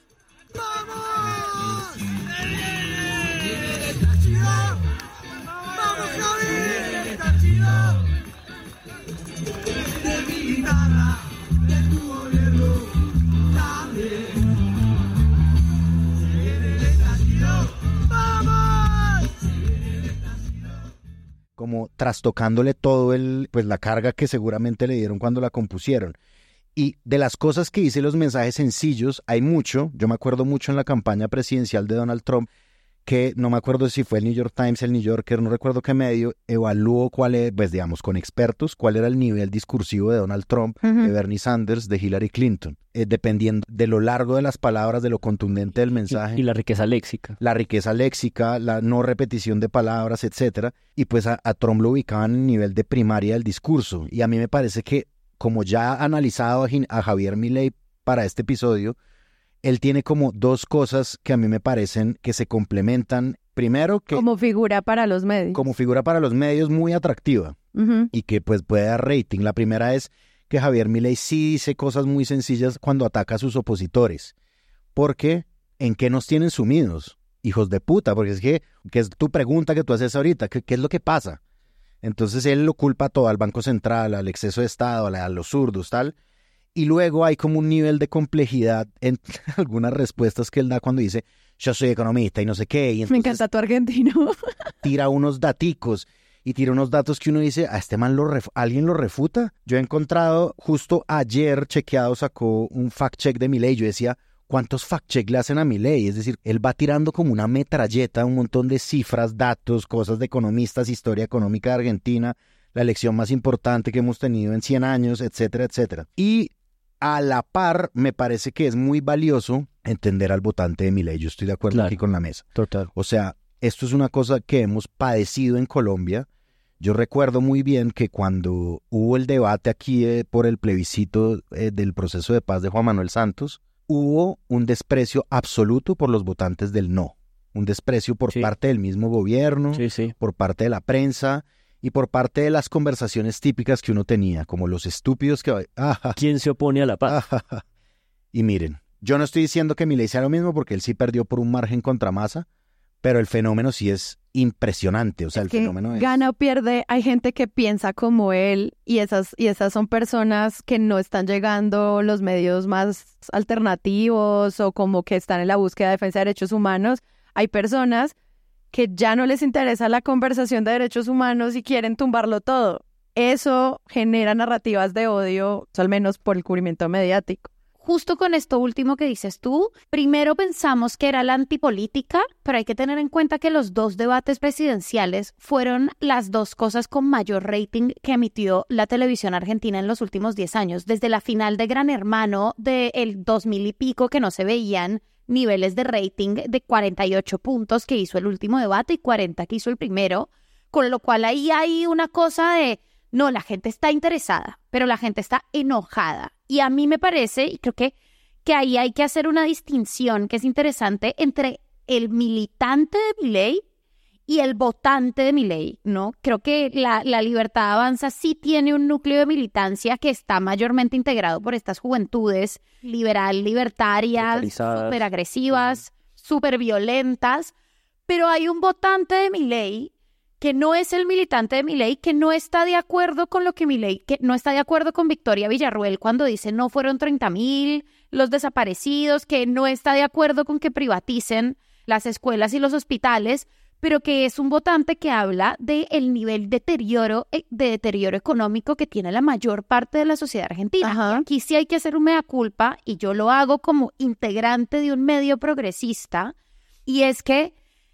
Como trastocándole todo la carga que seguramente le dieron cuando la compusieron. Y de las cosas que dice, los mensajes sencillos, hay mucho. Yo me acuerdo mucho en la campaña presidencial de Donald Trump, que no me acuerdo si fue el New York Times, el New Yorker, no recuerdo qué medio, evaluó con expertos, cuál era el nivel discursivo de Donald Trump, de Bernie Sanders, de Hillary Clinton, dependiendo de lo largo de las palabras, de lo contundente del mensaje. Y la riqueza léxica. La riqueza léxica, la no repetición de palabras, etcétera. Y pues a Trump lo ubicaban en el nivel de primaria del discurso. Y a mí me parece que, como ya ha analizado a Javier Milei para este episodio, él tiene como dos cosas que a mí me parecen que se complementan. Primero, que como figura para los medios. Como figura para los medios muy atractiva y que pues puede dar rating. La primera es que Javier Milei sí dice cosas muy sencillas cuando ataca a sus opositores. Porque, ¿en qué nos tienen sumidos? Hijos de puta, porque es que es tu pregunta que tú haces ahorita, ¿qué es lo que pasa? Entonces él lo culpa todo al Banco Central, al exceso de Estado, a los zurdos, tal. Y luego hay como un nivel de complejidad en algunas respuestas que él da cuando dice, yo soy economista y no sé qué. Y me encanta tu argentino. Tira unos daticos y tira unos datos que uno dice, ¿a este man alguien lo refuta? Yo he encontrado, justo ayer chequeado, sacó un fact-check de Milei. Yo decía, ¿cuántos fact-check le hacen a Milei? Es decir, él va tirando como una metralleta, un montón de cifras, datos, cosas de economistas, historia económica de Argentina, la elección más importante que hemos tenido en 100 años, etcétera, etcétera. Y a la par, me parece que es muy valioso entender al votante de Milei. Yo estoy de acuerdo aquí con la mesa. Total. O sea, esto es una cosa que hemos padecido en Colombia. Yo recuerdo muy bien que cuando hubo el debate aquí por el plebiscito del proceso de paz de Juan Manuel Santos, hubo un desprecio absoluto por los votantes del no. Un desprecio por parte del mismo gobierno, por parte de la prensa y por parte de las conversaciones típicas que uno tenía, como los estúpidos que... ¿Quién se opone a la paz? Y miren, yo no estoy diciendo que Milei sea lo mismo porque él sí perdió por un margen contra Massa, pero el fenómeno sí es impresionante. O sea, el fenómeno es... Gana o pierde, hay gente que piensa como él y esas son personas que no están llegando los medios más alternativos o como que están en la búsqueda de defensa de derechos humanos. Hay personas que ya no les interesa la conversación de derechos humanos y quieren tumbarlo todo. Eso genera narrativas de odio, al menos por el cubrimiento mediático. Justo con esto último que dices tú, primero pensamos que era la antipolítica, pero hay que tener en cuenta que los dos debates presidenciales fueron las dos cosas con mayor rating que emitió la televisión argentina en los últimos 10 años. Desde la final de Gran Hermano del 2000 y pico, que no se veían niveles de rating de 48 puntos que hizo el último debate y 40 que hizo el primero, con lo cual ahí hay una cosa de, no, la gente está interesada, pero la gente está enojada. Y a mí me parece, y creo que ahí hay que hacer una distinción que es interesante entre el militante de Milei y el votante de Milei, ¿no? Creo que la Libertad Avanza sí tiene un núcleo de militancia que está mayormente integrado por estas juventudes libertarias, súper agresivas, súper violentas, pero hay un votante de Milei que no es el militante de Milei, que no está de acuerdo con lo que Milei, que no está de acuerdo con Victoria Villarruel cuando dice no fueron 30,000 los desaparecidos, que no está de acuerdo con que privaticen las escuelas y los hospitales, pero que es un votante que habla del nivel de deterioro económico que tiene la mayor parte de la sociedad argentina. Ajá. Aquí sí hay que hacer un mea culpa, y yo lo hago como integrante de un medio progresista, y es que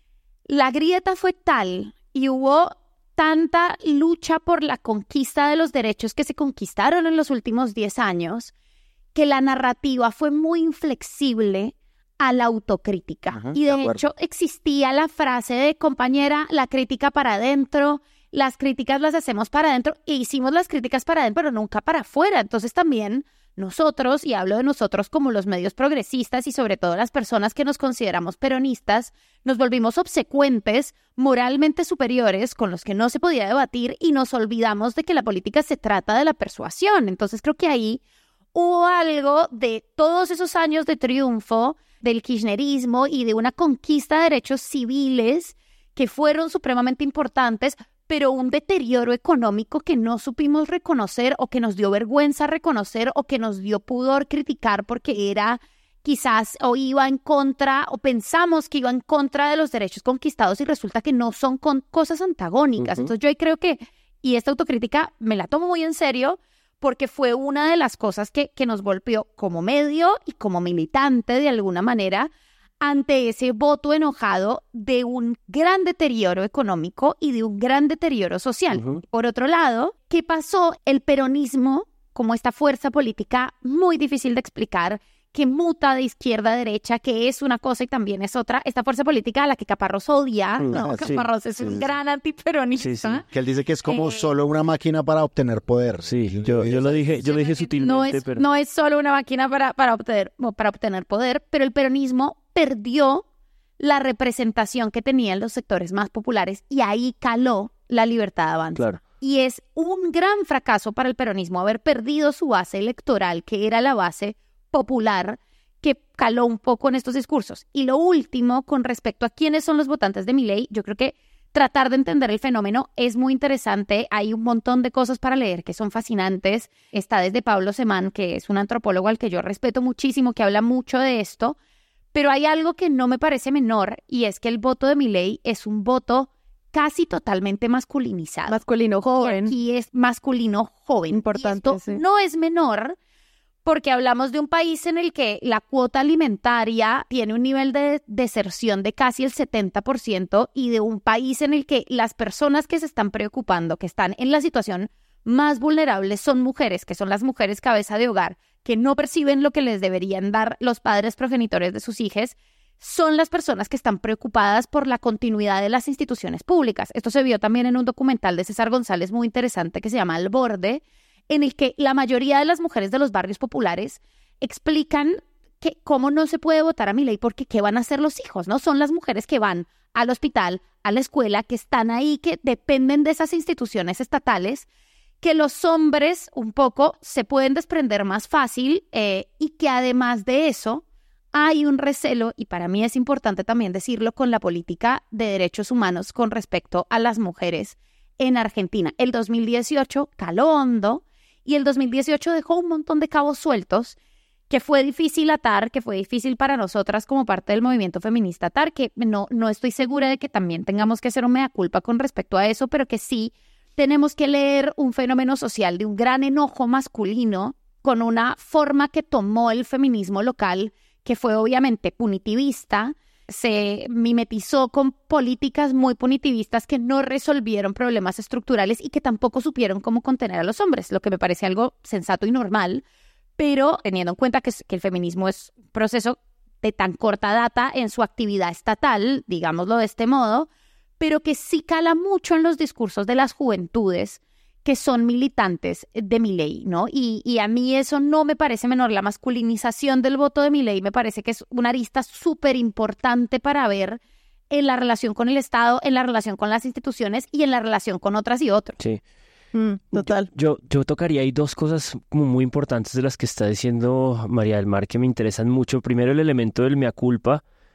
la grieta fue tal y hubo tanta lucha por la conquista de los derechos que se conquistaron en los últimos 10 años, que la narrativa fue muy inflexible a la autocrítica. Ajá, y de de acuerdo. hecho existía la frase de compañera, la crítica para adentro, las críticas las hacemos para adentro, e hicimos las críticas para adentro, pero nunca para afuera. Entonces también nosotros, y hablo de nosotros como los medios progresistas y sobre todo las personas que nos consideramos peronistas, nos volvimos obsecuentes, moralmente superiores, con los que no se podía debatir, y nos olvidamos de que la política se trata de la persuasión. Entonces creo que ahí hubo algo de todos esos años de triunfo del kirchnerismo y de una conquista de derechos civiles que fueron supremamente importantes, pero un deterioro económico que no supimos reconocer, o que nos dio vergüenza reconocer, o que nos dio pudor criticar porque era quizás o iba en contra, o pensamos que iba en contra de los derechos conquistados, y resulta que no son cosas antagónicas. Entonces yo ahí creo que, y esta autocrítica me la tomo muy en serio, porque fue una de las cosas que nos golpeó como medio y como militante de alguna manera, ante ese voto enojado de un gran deterioro económico y de un gran deterioro social. Por otro lado, ¿qué pasó? El peronismo, como esta fuerza política muy difícil de explicar, que muta de izquierda a derecha, que es una cosa y también es otra, esta fuerza política a la que Caparrós odia, Caparrós es un gran antiperonista. Que él dice que es como solo una máquina para obtener poder. Sí, yo lo dije sutilmente. No es solo una máquina para obtener poder, pero el peronismo perdió la representación que tenían los sectores más populares, y ahí caló la Libertad Avanza. Claro. Y es un gran fracaso para el peronismo haber perdido su base electoral, que era la base popular, que caló un poco en estos discursos. Y lo último, con respecto a quiénes son los votantes de Milei, yo creo que tratar de entender el fenómeno es muy interesante. Hay un montón de cosas para leer que son fascinantes. Está desde Pablo Semán, que es un antropólogo al que yo respeto muchísimo, que habla mucho de esto. Pero hay algo que no me parece menor, y es que el voto de Milei es un voto casi totalmente masculinizado. Masculino joven. Y es masculino joven. Importante, y esto sí. no es menor, porque hablamos de un país en el que la cuota alimentaria tiene un nivel de deserción de casi el 70%, y de un país en el que las personas que se están preocupando, que están en la situación más vulnerables, son mujeres, que son las mujeres cabeza de hogar, que no perciben lo que les deberían dar los padres progenitores de sus hijos, son las personas que están preocupadas por la continuidad de las instituciones públicas. Esto se vio también en un documental de César González muy interesante que se llama Al Borde, en el que la mayoría de las mujeres de los barrios populares explican que cómo no se puede votar a Milei, porque ¿qué van a hacer los hijos? ¿No? Son las mujeres que van al hospital, a la escuela, que están ahí, que dependen de esas instituciones estatales, que los hombres un poco se pueden desprender más fácil, y que además de eso hay un recelo, y para mí es importante también decirlo, con la política de derechos humanos con respecto a las mujeres en Argentina. El 2018 caló hondo, y el 2018 dejó un montón de cabos sueltos que fue difícil atar, que fue difícil para nosotras como parte del movimiento feminista atar, que no estoy segura de que también tengamos que hacer un mea culpa con respecto a eso, pero que sí tenemos que leer un fenómeno social de un gran enojo masculino con una forma que tomó el feminismo local, que fue obviamente punitivista, se mimetizó con políticas muy punitivistas que no resolvieron problemas estructurales y que tampoco supieron cómo contener a los hombres, lo que me parece algo sensato y normal, pero teniendo en cuenta que el feminismo es un proceso de tan corta data en su actividad estatal, digámoslo de este modo, pero que sí cala mucho en los discursos de las juventudes que son militantes de Milei, ¿no? Y a mí eso no me parece menor. La masculinización del voto de Milei me parece que es una arista súper importante para ver en la relación con el Estado, en la relación con las instituciones y en la relación con otras y otros. Sí. Total. Yo tocaría ahí dos cosas como muy importantes de las que está diciendo María del Mar que me interesan mucho. Primero, el elemento del mea culpa,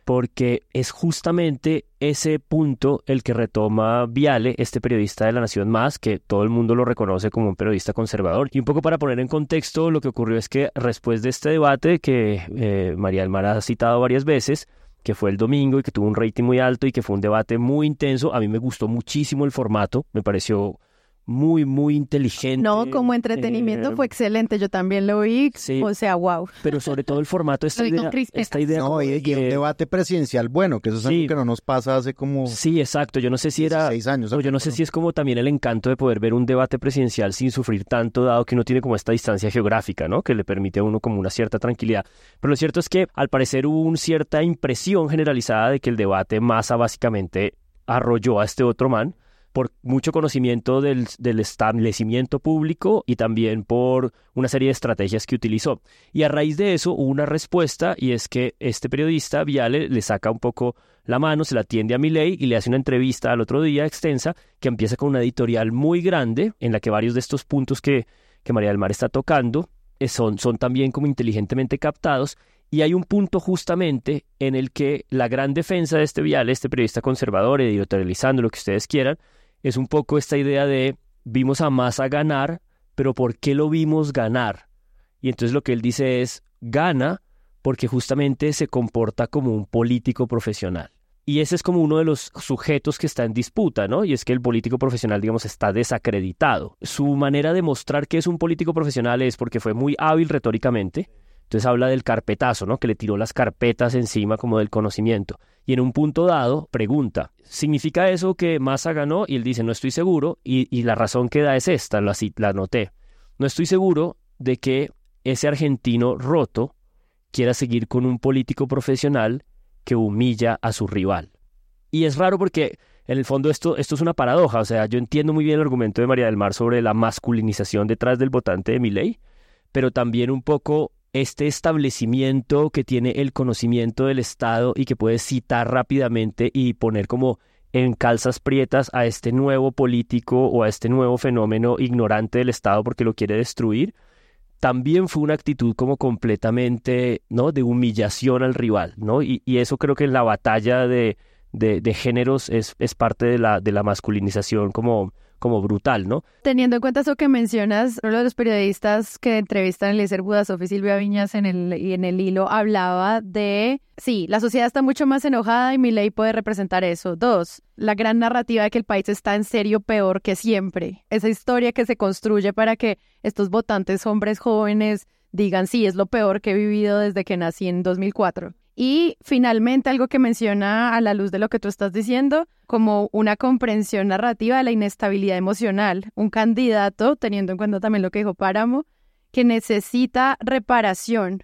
porque es justamente ese punto el que retoma Viale, este periodista de La Nación Más, que todo el mundo lo reconoce como un periodista conservador. Y un poco para poner en contexto, lo que ocurrió es que después de este debate que María del Mar ha citado varias veces, que fue el domingo y que tuvo un rating muy alto y que fue un debate muy intenso, a mí me gustó muchísimo el formato, me pareció muy, muy inteligente. No, como entretenimiento fue excelente, yo también lo vi, sí, o sea, wow. Pero sobre todo el formato, esta idea no, y un debate presidencial bueno, que eso es algo que no nos pasa hace como... Sí, exacto, yo no sé si 16 años. O yo no sé si es como también el encanto de poder ver un debate presidencial sin sufrir tanto, dado que uno tiene como esta distancia geográfica, ¿no? Que le permite a uno como una cierta tranquilidad. Pero lo cierto es que al parecer hubo una cierta impresión generalizada de que el debate Massa básicamente arrolló a este otro man, por mucho conocimiento del establecimiento público y también por una serie de estrategias que utilizó. Y a raíz de eso hubo una respuesta, y es que este periodista, Viale, le saca un poco la mano, se la tiende a Milei y le hace una entrevista al otro día extensa que empieza con una editorial muy grande en la que varios de estos puntos que María del Mar está tocando son también como inteligentemente captados. Y hay un punto justamente en el que la gran defensa de este Viale, este periodista conservador, editorializando lo que ustedes quieran, es un poco esta idea de vimos a Massa ganar, pero ¿por qué lo vimos ganar? Y entonces lo que él dice es, gana porque justamente se comporta como un político profesional. Y ese es como uno de los sujetos que está en disputa, ¿no? Y es que el político profesional, digamos, está desacreditado. Su manera de mostrar que es un político profesional es porque fue muy hábil retóricamente. Entonces habla del carpetazo, ¿no? Que le tiró las carpetas encima como del conocimiento. Y en un punto dado pregunta, ¿significa eso que Massa ganó? Y él dice, no estoy seguro. Y la razón que da es esta, la anoté. No estoy seguro de que ese argentino roto quiera seguir con un político profesional que humilla a su rival. Y es raro porque en el fondo esto es una paradoja. O sea, yo entiendo muy bien el argumento de María del Mar sobre la masculinización detrás del votante de Milei, pero también un poco este establecimiento que tiene el conocimiento del Estado y que puede citar rápidamente y poner como en calzas prietas a este nuevo político o a este nuevo fenómeno ignorante del Estado porque lo quiere destruir, también fue una actitud como completamente, ¿no?, de humillación al rival, ¿no? Y eso creo que en la batalla de géneros es parte de la masculinización como brutal, ¿no? Teniendo en cuenta eso que mencionas, uno de los periodistas que entrevistan a Eliezer Budasov y Silvia Viñas en el hilo hablaba de, sí, la sociedad está mucho más enojada y Milei puede representar eso. 2, la gran narrativa de que el país está en serio peor que siempre. Esa historia que se construye para que estos votantes hombres jóvenes digan, sí, es lo peor que he vivido desde que nací en 2004. Y finalmente algo que menciona a la luz de lo que tú estás diciendo, como una comprensión narrativa de la inestabilidad emocional. Un candidato, teniendo en cuenta también lo que dijo Páramo, que necesita reparación.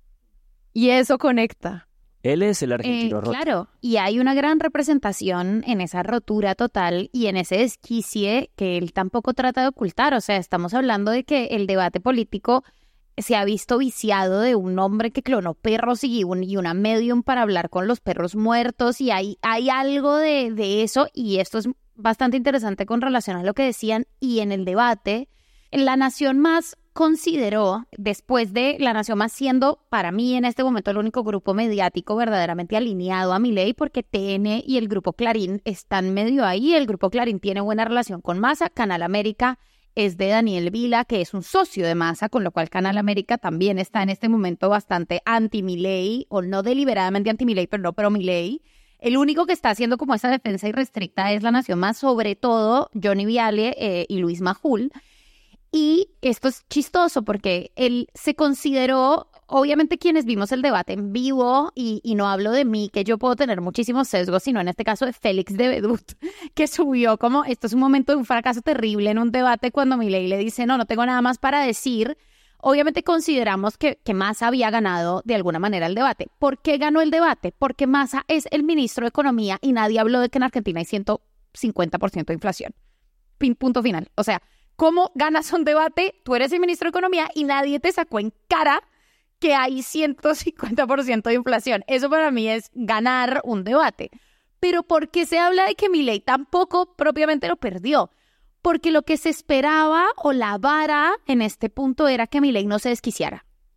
Y eso conecta. Él es el argentino roto. Claro, y hay una gran representación en esa rotura total y en ese desquicie que él tampoco trata de ocultar. O sea, estamos hablando de que el debate político se ha visto viciado de un hombre que clonó perros y una medium para hablar con los perros muertos, y hay algo de eso, y esto es bastante interesante con relación a lo que decían. Y en el debate, La Nación Más consideró, después de La Nación Más siendo para mí en este momento el único grupo mediático verdaderamente alineado a Milei, porque TN y el Grupo Clarín están medio ahí. El Grupo Clarín tiene buena relación con Massa, Canal América es de Daniel Vila, que es un socio de Massa, con lo cual Canal América también está en este momento bastante anti-Milei, o no deliberadamente anti-Milei, pero no pro-Milei. El único que está haciendo como esa defensa irrestricta es La Nación Más, sobre todo Johnny Viale y Luis Majul. Y esto es chistoso porque él se consideró, obviamente quienes vimos el debate en vivo, y no hablo de mí, que yo puedo tener muchísimos sesgos, sino en este caso de Félix de Bedut, que subió como, esto es un momento de un fracaso terrible en un debate cuando Milei le dice, no tengo nada más para decir. Obviamente consideramos que Massa había ganado de alguna manera el debate. ¿Por qué ganó el debate? Porque Massa es el ministro de Economía y nadie habló de que en Argentina hay 150% de inflación. Punto final. O sea, ¿cómo ganas un debate? Tú eres el ministro de Economía y nadie te sacó en cara que hay 150% de inflación. Eso para mí es ganar un debate. Pero ¿por qué se habla de que Milei tampoco propiamente lo perdió? Porque lo que se esperaba, o la vara en este punto, era que Milei no se desquiciara.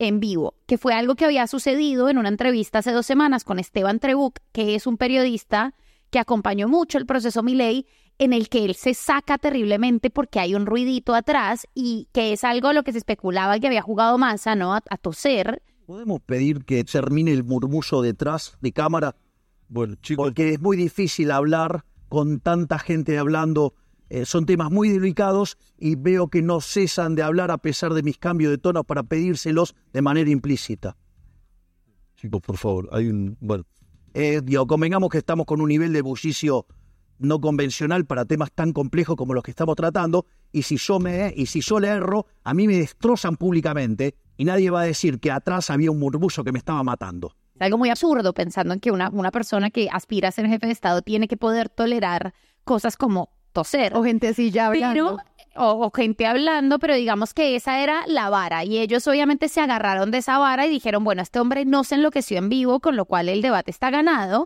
en vivo, que fue algo que había sucedido en una entrevista hace 2 semanas con Esteban Trebuch, que es un periodista que acompañó mucho el proceso Milei, en el que él se saca terriblemente porque hay un ruidito atrás y que es algo a lo que se especulaba que había jugado Massa, ¿no? A toser. ¿Podemos pedir que termine el murmullo detrás de cámara? Bueno, chicos. Porque es muy difícil hablar con tanta gente hablando. Son temas muy delicados y veo que no cesan de hablar a pesar de mis cambios de tono para pedírselos de manera implícita. Chicos, por favor, hay un... Bueno, convengamos que estamos con un nivel de bullicio no convencional para temas tan complejos como los que estamos tratando, y si yo le erro, a mí me destrozan públicamente y nadie va a decir que atrás había un murmullo que me estaba matando. Es algo muy absurdo pensando en que una persona que aspira a ser jefe de Estado tiene que poder tolerar cosas como toser. O gente así ya hablando. O gente hablando, pero digamos que esa era la vara. Y ellos obviamente se agarraron de esa vara y dijeron, bueno, este hombre no se enloqueció en vivo, con lo cual el debate está ganado.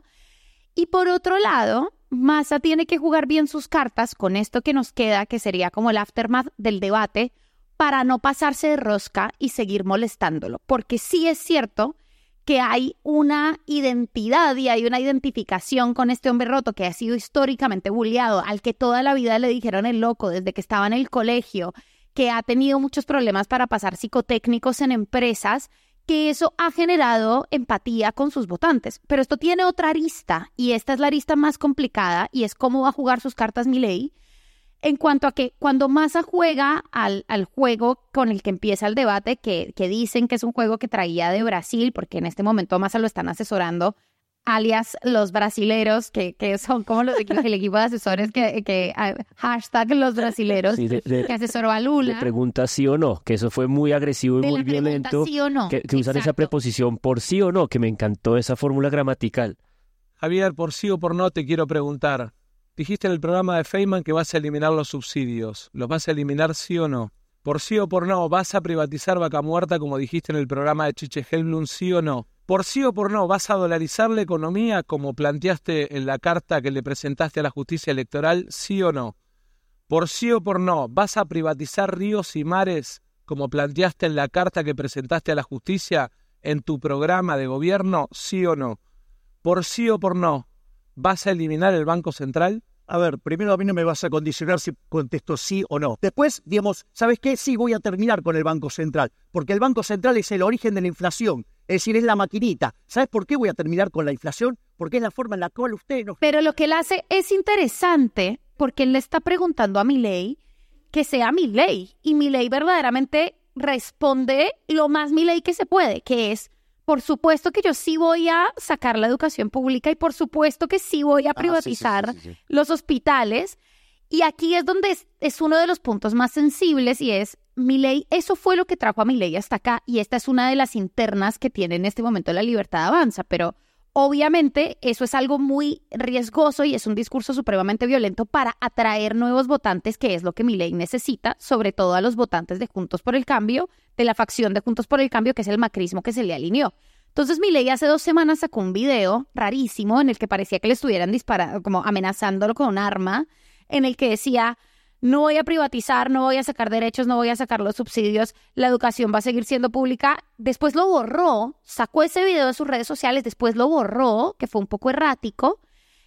Y por otro lado, Massa tiene que jugar bien sus cartas con esto que nos queda, que sería como el aftermath del debate, para no pasarse de rosca y seguir molestándolo. Porque sí es cierto que hay una identidad y hay una identificación con este hombre roto que ha sido históricamente bulleado, al que toda la vida le dijeron el loco desde que estaba en el colegio, que ha tenido muchos problemas para pasar psicotécnicos en empresas, que eso ha generado empatía con sus votantes. Pero esto tiene otra arista, y esta es la arista más complicada, y es cómo va a jugar sus cartas Milei, en cuanto a que cuando Massa juega al juego con el que empieza el debate, que dicen que es un juego que traía de Brasil, porque en este momento Massa lo están asesorando, alias los brasileros, que son como el equipo de asesores que hashtag los brasileros, sí, que asesoró a Lula. Le pregunta sí o no, que eso fue muy agresivo y muy violento. Sí o no. Que usan esa preposición por sí o no, que me encantó esa fórmula gramatical. Javier, por sí o por no te quiero preguntar. Dijiste en el programa de Feynman que vas a eliminar los subsidios. ¿Los vas a eliminar sí o no? Por sí o por no, ¿vas a privatizar Vaca Muerta como dijiste en el programa de Chiche Helblum, sí o no? Por sí o por no, ¿vas a dolarizar la economía como planteaste en la carta que le presentaste a la justicia electoral, sí o no? Por sí o por no, ¿vas a privatizar ríos y mares como planteaste en la carta que presentaste a la justicia en tu programa de gobierno, sí o no? Por sí o por no, ¿vas a eliminar el Banco Central? A ver, primero a mí no me vas a condicionar si contesto sí o no. Después, digamos, ¿sabes qué? Sí, voy a terminar con el Banco Central, porque el Banco Central es el origen de la inflación, es decir, es la maquinita. ¿Sabes por qué voy a terminar con la inflación? Porque es la forma en la cual usted no... Pero lo que él hace es interesante, porque él le está preguntando a Milei que sea Milei, y Milei verdaderamente responde lo más Milei que se puede, que es: por supuesto que yo sí voy a sacar la educación pública y por supuesto que sí voy a privatizar los hospitales. Y aquí es donde es uno de los puntos más sensibles, y es Milei, eso fue lo que trajo a Milei hasta acá, y esta es una de las internas que tiene en este momento La Libertad Avanza, pero obviamente eso es algo muy riesgoso y es un discurso supremamente violento para atraer nuevos votantes, que es lo que Milei necesita, sobre todo a los votantes de Juntos por el Cambio, de la facción de Juntos por el Cambio, que es el macrismo que se le alineó. Entonces Milei hace 2 semanas sacó un video rarísimo en el que parecía que le estuvieran disparando, como amenazándolo con un arma, en el que decía: no voy a privatizar, no voy a sacar derechos, no voy a sacar los subsidios, la educación va a seguir siendo pública. Después lo borró, sacó ese video de sus redes sociales, después lo borró, que fue un poco errático,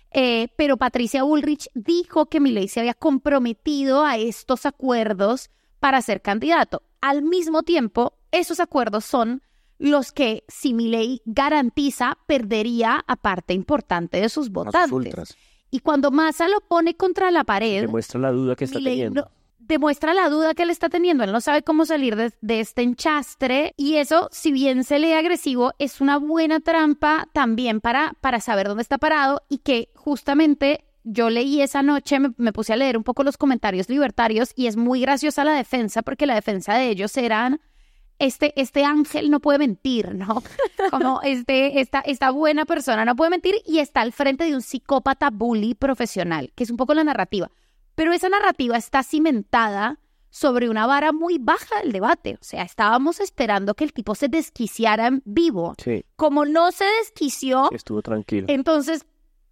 pero Patricia Bullrich dijo que Milei se había comprometido a estos acuerdos para ser candidato. Al mismo tiempo, esos acuerdos son los que, si Milei garantiza, perdería a parte importante de sus votantes. Y cuando Massa lo pone contra la pared... Demuestra la duda que está teniendo. Demuestra la duda que él está teniendo. Él no sabe cómo salir de este enchastre. Y eso, si bien se lee agresivo, es una buena trampa también para saber dónde está parado. Y que justamente yo leí esa noche, me puse a leer un poco los comentarios libertarios, y es muy graciosa la defensa, porque la defensa de ellos eran... Este ángel no puede mentir, ¿no? Como esta buena persona no puede mentir y está al frente de un psicópata bully profesional, que es un poco la narrativa. Pero esa narrativa está cimentada sobre una vara muy baja del debate. O sea, estábamos esperando que el tipo se desquiciara en vivo. Sí. Como no se desquició... Estuvo tranquilo. Entonces,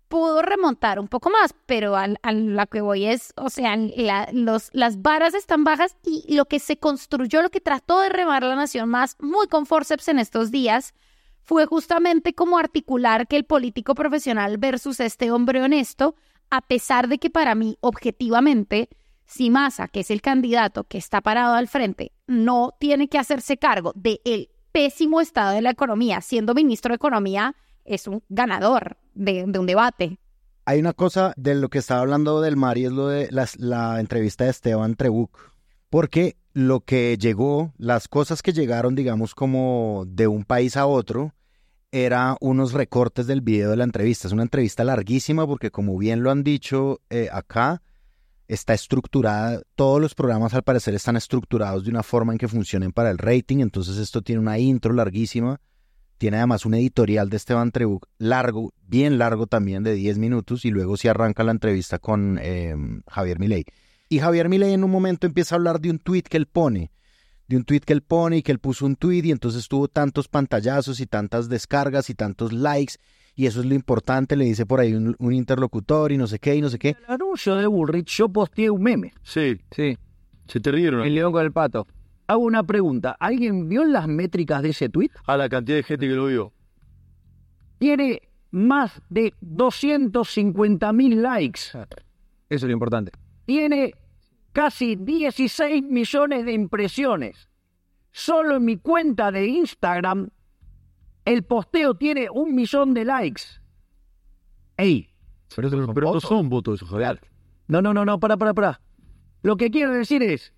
pudo remontar un poco más, pero a la que voy es, o sea, las varas están bajas y lo que se construyó, lo que trató de remar la nación más muy con forceps en estos días, fue justamente como articular que el político profesional versus este hombre honesto, a pesar de que para mí, objetivamente, si Massa, que es el candidato que está parado al frente, no tiene que hacerse cargo del pésimo estado de la economía, siendo ministro de Economía, es un ganador de un debate. Hay una cosa de lo que estaba hablando del mar y es lo de la entrevista de Esteban Trebuch, porque lo que llegó, las cosas que llegaron, digamos, como de un país a otro, era unos recortes del video de la entrevista. Es una entrevista larguísima porque, como bien lo han dicho acá, está estructurada, todos los programas al parecer están estructurados de una forma en que funcionen para el rating, entonces esto tiene una intro larguísima, tiene además un editorial de Esteban Trebuch largo, bien largo también, de 10 minutos, y luego se arranca la entrevista con Javier Milei. Y Javier Milei en un momento empieza a hablar de un tuit que él pone, y que él puso un tuit y entonces tuvo tantos pantallazos y tantas descargas y tantos likes, y eso es lo importante, le dice por ahí un interlocutor y no sé qué. El anuncio de Bullrich, yo posteé un meme. Sí. Se te rieron. El león con el pato. Hago una pregunta. ¿Alguien vio las métricas de ese tuit? A la cantidad de gente que lo vio. Tiene más de 250.000 likes. Eso es lo importante. Tiene casi 16 millones de impresiones. Solo en mi cuenta de Instagram, el posteo tiene 1 millón de likes. ¡Ey! Pero no son votos esos, Javier. No, para. Lo que quiero decir es,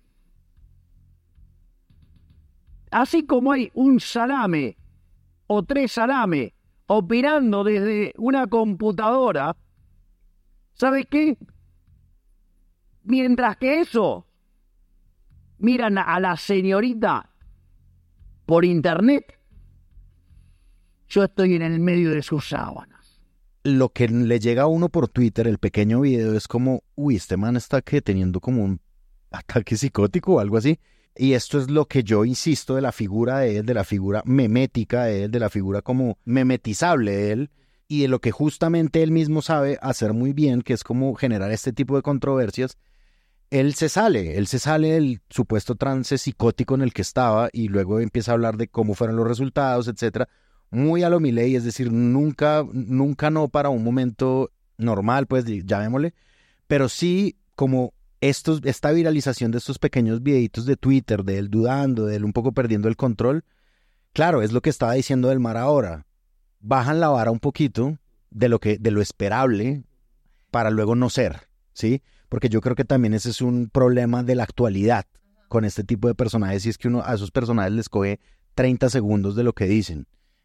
así como hay un salame o 3 salames operando desde una computadora, ¿sabes qué? Mientras que eso, miran a la señorita por internet, yo estoy en el medio de sus sábanas. Lo que le llega a uno por Twitter, el pequeño video, es como, este man está teniendo como un ataque psicótico o algo así. Y esto es lo que yo insisto de la figura de él, de la figura memética de él, de la figura como memetizable de él, y de lo que justamente él mismo sabe hacer muy bien, que es como generar este tipo de controversias. Él se sale del supuesto trance psicótico en el que estaba y luego empieza a hablar de cómo fueron los resultados, etcétera. Muy a lo Milei, es decir, nunca no para un momento normal, pues llamémosle, pero sí como esta viralización de estos pequeños videitos de Twitter, de él dudando, de él un poco perdiendo el control. Claro, es lo que estaba diciendo del mar ahora. Bajan la vara un poquito de lo esperable para luego no ser, ¿sí? Porque yo creo que también ese es un problema de la actualidad con este tipo de personajes, y es que uno a esos personajes les coge 30 segundos de lo que dicen,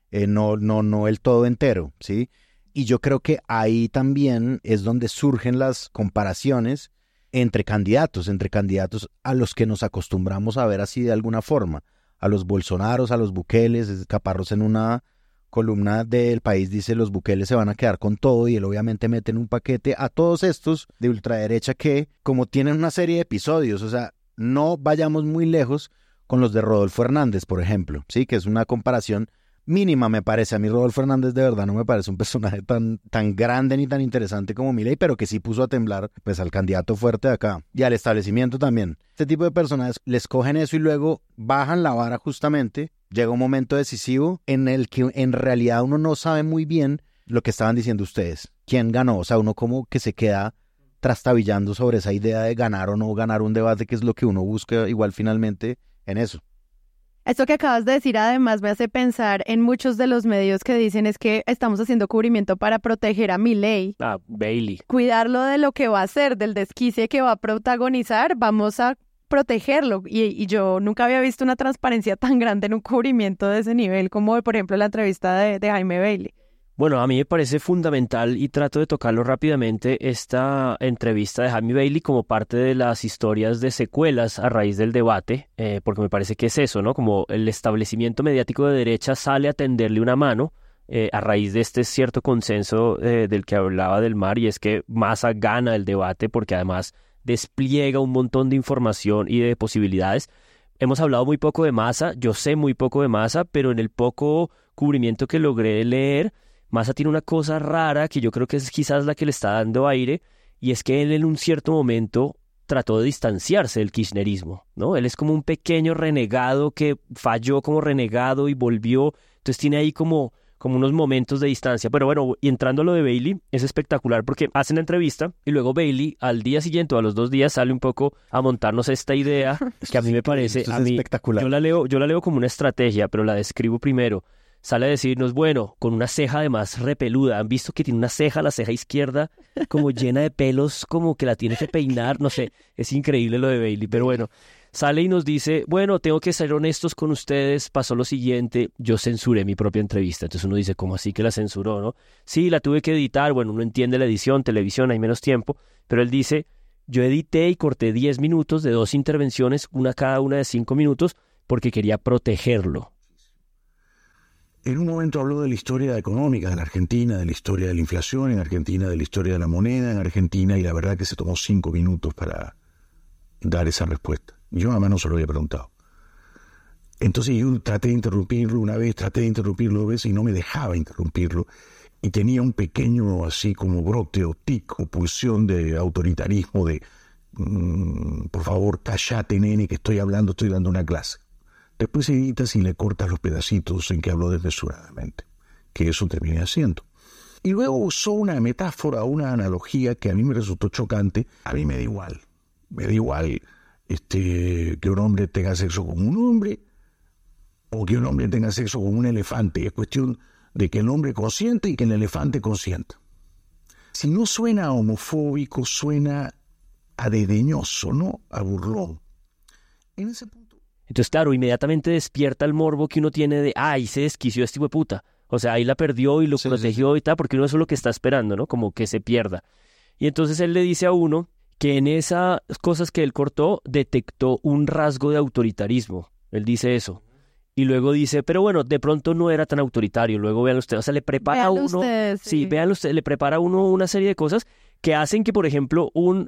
no el todo entero, ¿sí? Y yo creo que ahí también es donde surgen las comparaciones entre candidatos a los que nos acostumbramos a ver así de alguna forma, a los Bolsonaros, a los Bukeles. Caparrós en una columna del País dice los Bukeles se van a quedar con todo, y él obviamente mete en un paquete a todos estos de ultraderecha que, como tienen una serie de episodios, o sea, no vayamos muy lejos con los de Rodolfo Hernández, por ejemplo, sí, que es una comparación mínima, me parece. A mí Rodolfo Hernández de verdad no me parece un personaje tan grande ni tan interesante como Milei, pero que sí puso a temblar pues al candidato fuerte de acá y al establecimiento también. Este tipo de personajes les cogen eso y luego bajan la vara justamente. Llega un momento decisivo en el que en realidad uno no sabe muy bien lo que estaban diciendo ustedes. ¿Quién ganó? O sea, uno como que se queda trastabillando sobre esa idea de ganar o no ganar un debate, que es lo que uno busca igual finalmente en eso. Esto que acabas de decir además me hace pensar en muchos de los medios que dicen es que estamos haciendo cubrimiento para proteger a Milei. Bailey. Cuidarlo de lo que va a hacer, del desquicie que va a protagonizar, vamos a protegerlo. Y yo nunca había visto una transparencia tan grande en un cubrimiento de ese nivel como, por ejemplo, la entrevista de Jaime Bailey. Bueno, a mí me parece fundamental, y trato de tocarlo rápidamente, esta entrevista de Jaime Bailey como parte de las historias de secuelas a raíz del debate, porque me parece que es eso, ¿no? Como el establecimiento mediático de derecha sale a tenderle una mano a raíz de este cierto consenso del que hablaba del mar, y es que Massa gana el debate porque además despliega un montón de información y de posibilidades. Hemos hablado muy poco de Massa, yo sé muy poco de Massa, pero en el poco cubrimiento que logré leer, Massa tiene una cosa rara que yo creo que es quizás la que le está dando aire, y es que él en un cierto momento trató de distanciarse del kirchnerismo, ¿no? Él es como un pequeño renegado que falló como renegado y volvió, entonces tiene ahí como unos momentos de distancia. Pero bueno, y entrando a lo de Bailey, es espectacular porque hacen la entrevista y luego Bailey al día siguiente o a los 2 días sale un poco a montarnos esta idea que a mí me parece, espectacular. Yo la leo como una estrategia, pero la describo primero. Sale a decirnos, bueno, con una ceja además repeluda. ¿Han visto que tiene una ceja, la ceja izquierda, como llena de pelos, como que la tiene que peinar? No sé, es increíble lo de Bailey. Pero bueno, sale y nos dice, bueno, tengo que ser honestos con ustedes. Pasó lo siguiente, yo censuré mi propia entrevista. Entonces uno dice, ¿cómo así que la censuró, no? Sí, la tuve que editar. Bueno, uno entiende la edición, televisión, hay menos tiempo. Pero él dice, yo edité y corté 10 minutos de 2 intervenciones, una cada una de 5 minutos, porque quería protegerlo. En un momento habló de la historia económica de la Argentina, de la historia de la inflación en Argentina, de la historia de la moneda en Argentina, y la verdad que se tomó 5 minutos para dar esa respuesta. Yo además no se lo había preguntado. Entonces yo traté de interrumpirlo una vez, traté de interrumpirlo 2 veces y no me dejaba interrumpirlo. Y tenía un pequeño así como brote o tic o pulsión de autoritarismo de por favor, cállate, nene, que estoy dando una clase. Después editas y le cortas los pedacitos en que habló desmesuradamente, que eso terminé haciendo. Y luego usó una metáfora, una analogía que a mí me resultó chocante. A mí me da igual que un hombre tenga sexo con un hombre o que un hombre tenga sexo con un elefante. Es cuestión de que el hombre consiente y que el elefante consienta. Si no suena homofóbico, suena a desdeñoso, ¿no? A burlón. En ese punto. Entonces, claro, inmediatamente despierta el morbo que uno tiene de, ay, se desquició este hijo de puta. O sea, ahí la perdió y lo protegió y tal, porque uno eso es lo que está esperando, ¿no? Como que se pierda. Y entonces él le dice a uno que en esas cosas que él cortó detectó un rasgo de autoritarismo. Él dice eso. Y luego dice, pero bueno, de pronto no era tan autoritario. Luego véanlo ustedes. O sea, le prepara a uno... Ustedes, sí, véanlo ustedes. Le prepara a uno una serie de cosas que hacen que, por ejemplo, un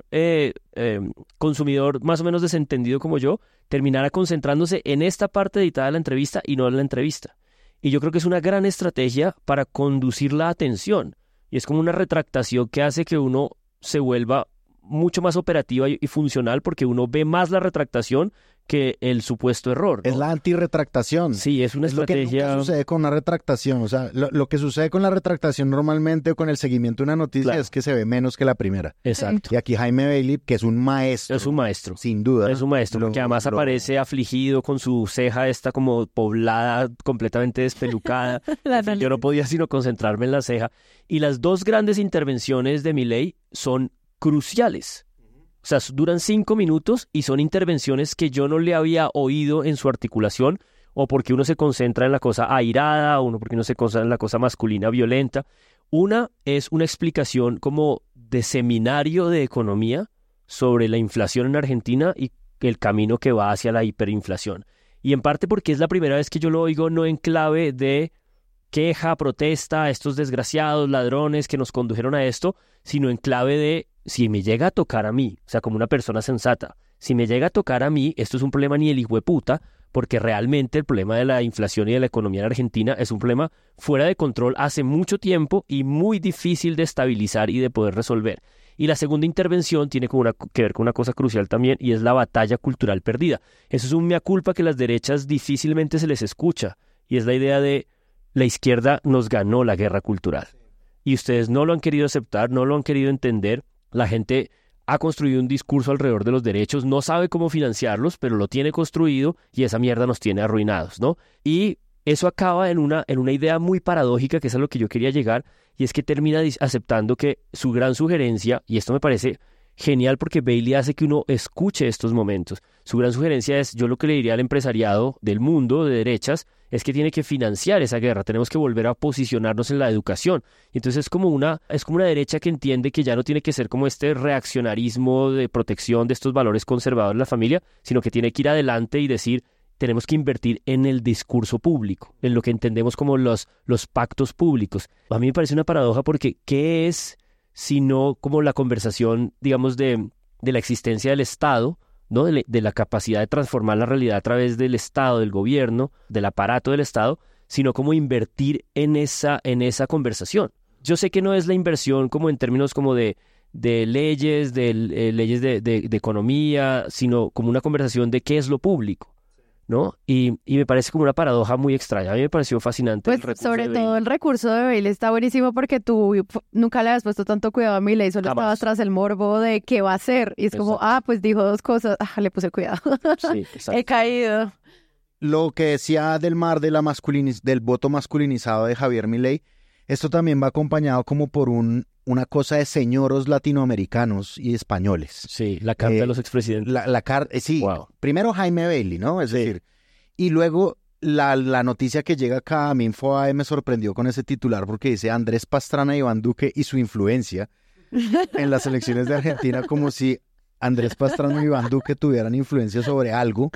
consumidor más o menos desentendido como yo terminara concentrándose en esta parte editada de la entrevista y no en la entrevista. Y yo creo que es una gran estrategia para conducir la atención. Y es como una retractación que hace que uno se vuelva mucho más operativa y funcional porque uno ve más la retractación que el supuesto error, ¿no? Es la antirretractación. Sí, es una estrategia. Lo que nunca sucede con una retractación. O sea, lo que sucede con la retractación normalmente o con el seguimiento de una noticia es que se ve menos que la primera. Exacto. Y aquí Jaime Bailey, que es un maestro. Es un maestro. Sin duda. Es un maestro, que además aparece afligido con su ceja esta como poblada, completamente despelucada. Yo no podía sino concentrarme en la ceja. Y las 2 grandes intervenciones de Milei son cruciales. O sea, duran 5 minutos y son intervenciones que yo no le había oído en su articulación, o porque uno se concentra en la cosa airada, o uno porque uno se concentra en la cosa masculina violenta. Una es una explicación como de seminario de economía sobre la inflación en Argentina y el camino que va hacia la hiperinflación. Y en parte porque es la primera vez que yo lo oigo no en clave de queja, protesta a estos desgraciados ladrones que nos condujeron a esto, sino en clave de si me llega a tocar a mí, o sea, como una persona sensata, si me llega a tocar a mí, esto es un problema ni el hijueputa, porque realmente el problema de la inflación y de la economía en Argentina es un problema fuera de control hace mucho tiempo y muy difícil de estabilizar y de poder resolver. Y la segunda intervención tiene que ver con una cosa crucial también, y es la batalla cultural perdida. Eso es un mea culpa que las derechas difícilmente se les escucha, y es la idea de la izquierda nos ganó la guerra cultural. Y ustedes no lo han querido aceptar, no lo han querido entender. La gente ha construido un discurso alrededor de los derechos, no sabe cómo financiarlos, pero lo tiene construido y esa mierda nos tiene arruinados, ¿no? Y eso acaba en una idea muy paradójica, que es a lo que yo quería llegar, y es que termina aceptando que su gran sugerencia, y esto me parece genial porque Bailey hace que uno escuche estos momentos. Su gran sugerencia es, yo lo que le diría al empresariado del mundo de derechas, es que tiene que financiar esa guerra, tenemos que volver a posicionarnos en la educación. Y entonces es como una derecha que entiende que ya no tiene que ser como este reaccionarismo de protección de estos valores conservadores de la familia, sino que tiene que ir adelante y decir, tenemos que invertir en el discurso público, en lo que entendemos como los pactos públicos. A mí me parece una paradoja porque ¿qué es sino como la conversación, digamos, de la existencia del Estado, ¿no? De la capacidad de transformar la realidad a través del Estado, del gobierno, del aparato del Estado, sino como invertir en esa conversación. Yo sé que no es la inversión como en términos como de leyes, leyes de economía, sino como una conversación de qué es lo público, ¿no? Y me parece como una paradoja muy extraña. A mí me pareció fascinante el recurso sobre de todo Bailey. el recurso de Bailey está buenísimo porque tú nunca le has puesto tanto cuidado a Milei, solo estabas tras el morbo de qué va a hacer. Y es como, pues dijo 2 cosas, le puse cuidado. Sí, exacto. He caído. Lo que decía del mar del voto masculinizado de Javier Milei, esto también va acompañado como por una cosa de señoros latinoamericanos y españoles. Sí, la carta de los expresidentes. Sí, wow. Primero Jaime Bailey, ¿no? Es decir, y luego la noticia que llega acá a mi Infobae me sorprendió con ese tititular porque dice Andrés Pastrana y Iván Duque y su influencia en las elecciones de Argentina, como si Andrés Pastrana y Iván Duque tuvieran influencia sobre algo.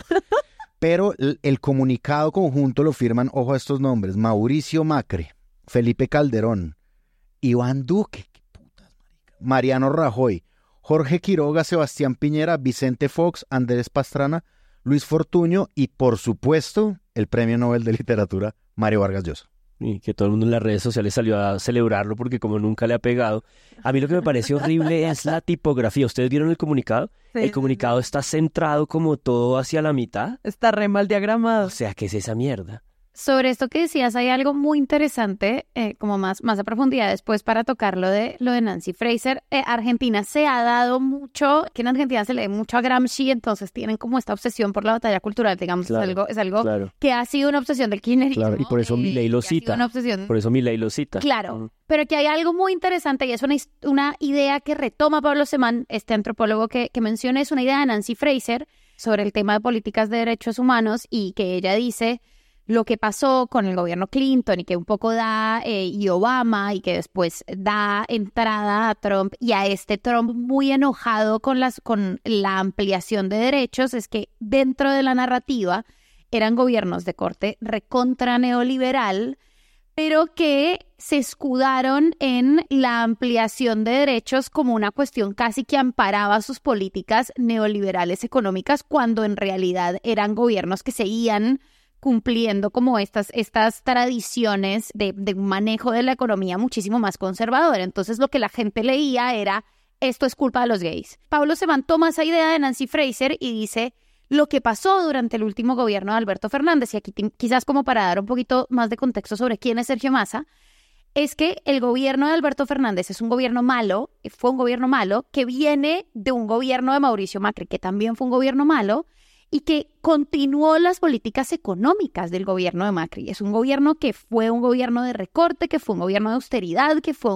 Pero el comunicado conjunto lo firman, ojo a estos nombres, Mauricio Macri, Felipe Calderón, Iván Duque, qué putas, marica, Mariano Rajoy, Jorge Quiroga, Sebastián Piñera, Vicente Fox, Andrés Pastrana, Luis Fortuño y, por supuesto, el Premio Nobel de Literatura, Mario Vargas Llosa. Y que todo el mundo en las redes sociales salió a celebrarlo porque como nunca le ha pegado. A mí lo que me parece horrible es la tipografía. ¿Ustedes vieron el comunicado? Sí. El comunicado está centrado como todo hacia la mitad. Está re mal diagramado. O sea, ¿qué es esa mierda? Sobre esto que decías, hay algo muy interesante, como más a profundidad después para tocar lo de Nancy Fraser. Argentina se ha dado mucho, que en Argentina se lee mucho a Gramsci, entonces tienen como esta obsesión por la batalla cultural, digamos, claro, es algo claro, que ha sido una obsesión del kirchnerismo. Claro, y por eso Milei lo cita. Por eso Milei lo cita. Claro, pero que hay algo muy interesante y es una idea que retoma Pablo Semán, este antropólogo que mencioné, es una idea de Nancy Fraser sobre el tema de políticas de derechos humanos y que ella dice lo que pasó con el gobierno Clinton y que un poco da y Obama y que después da entrada a Trump y a este Trump muy enojado con la ampliación de derechos es que dentro de la narrativa eran gobiernos de corte recontra neoliberal, pero que se escudaron en la ampliación de derechos como una cuestión casi que amparaba sus políticas neoliberales económicas cuando en realidad eran gobiernos que seguían cumpliendo como estas tradiciones de un manejo de la economía muchísimo más conservador. Entonces lo que la gente leía era, esto es culpa de los gays. Pablo Semán toma esa idea de Nancy Fraser y dice, lo que pasó durante el último gobierno de Alberto Fernández, y aquí quizás como para dar un poquito más de contexto sobre quién es Sergio Massa, es que el gobierno de Alberto Fernández es un gobierno malo, fue un gobierno malo, que viene de un gobierno de Mauricio Macri, que también fue un gobierno malo, y que continuó las políticas económicas del gobierno de Macri. Es un gobierno que fue un gobierno de recorte, que fue un gobierno de austeridad, que fue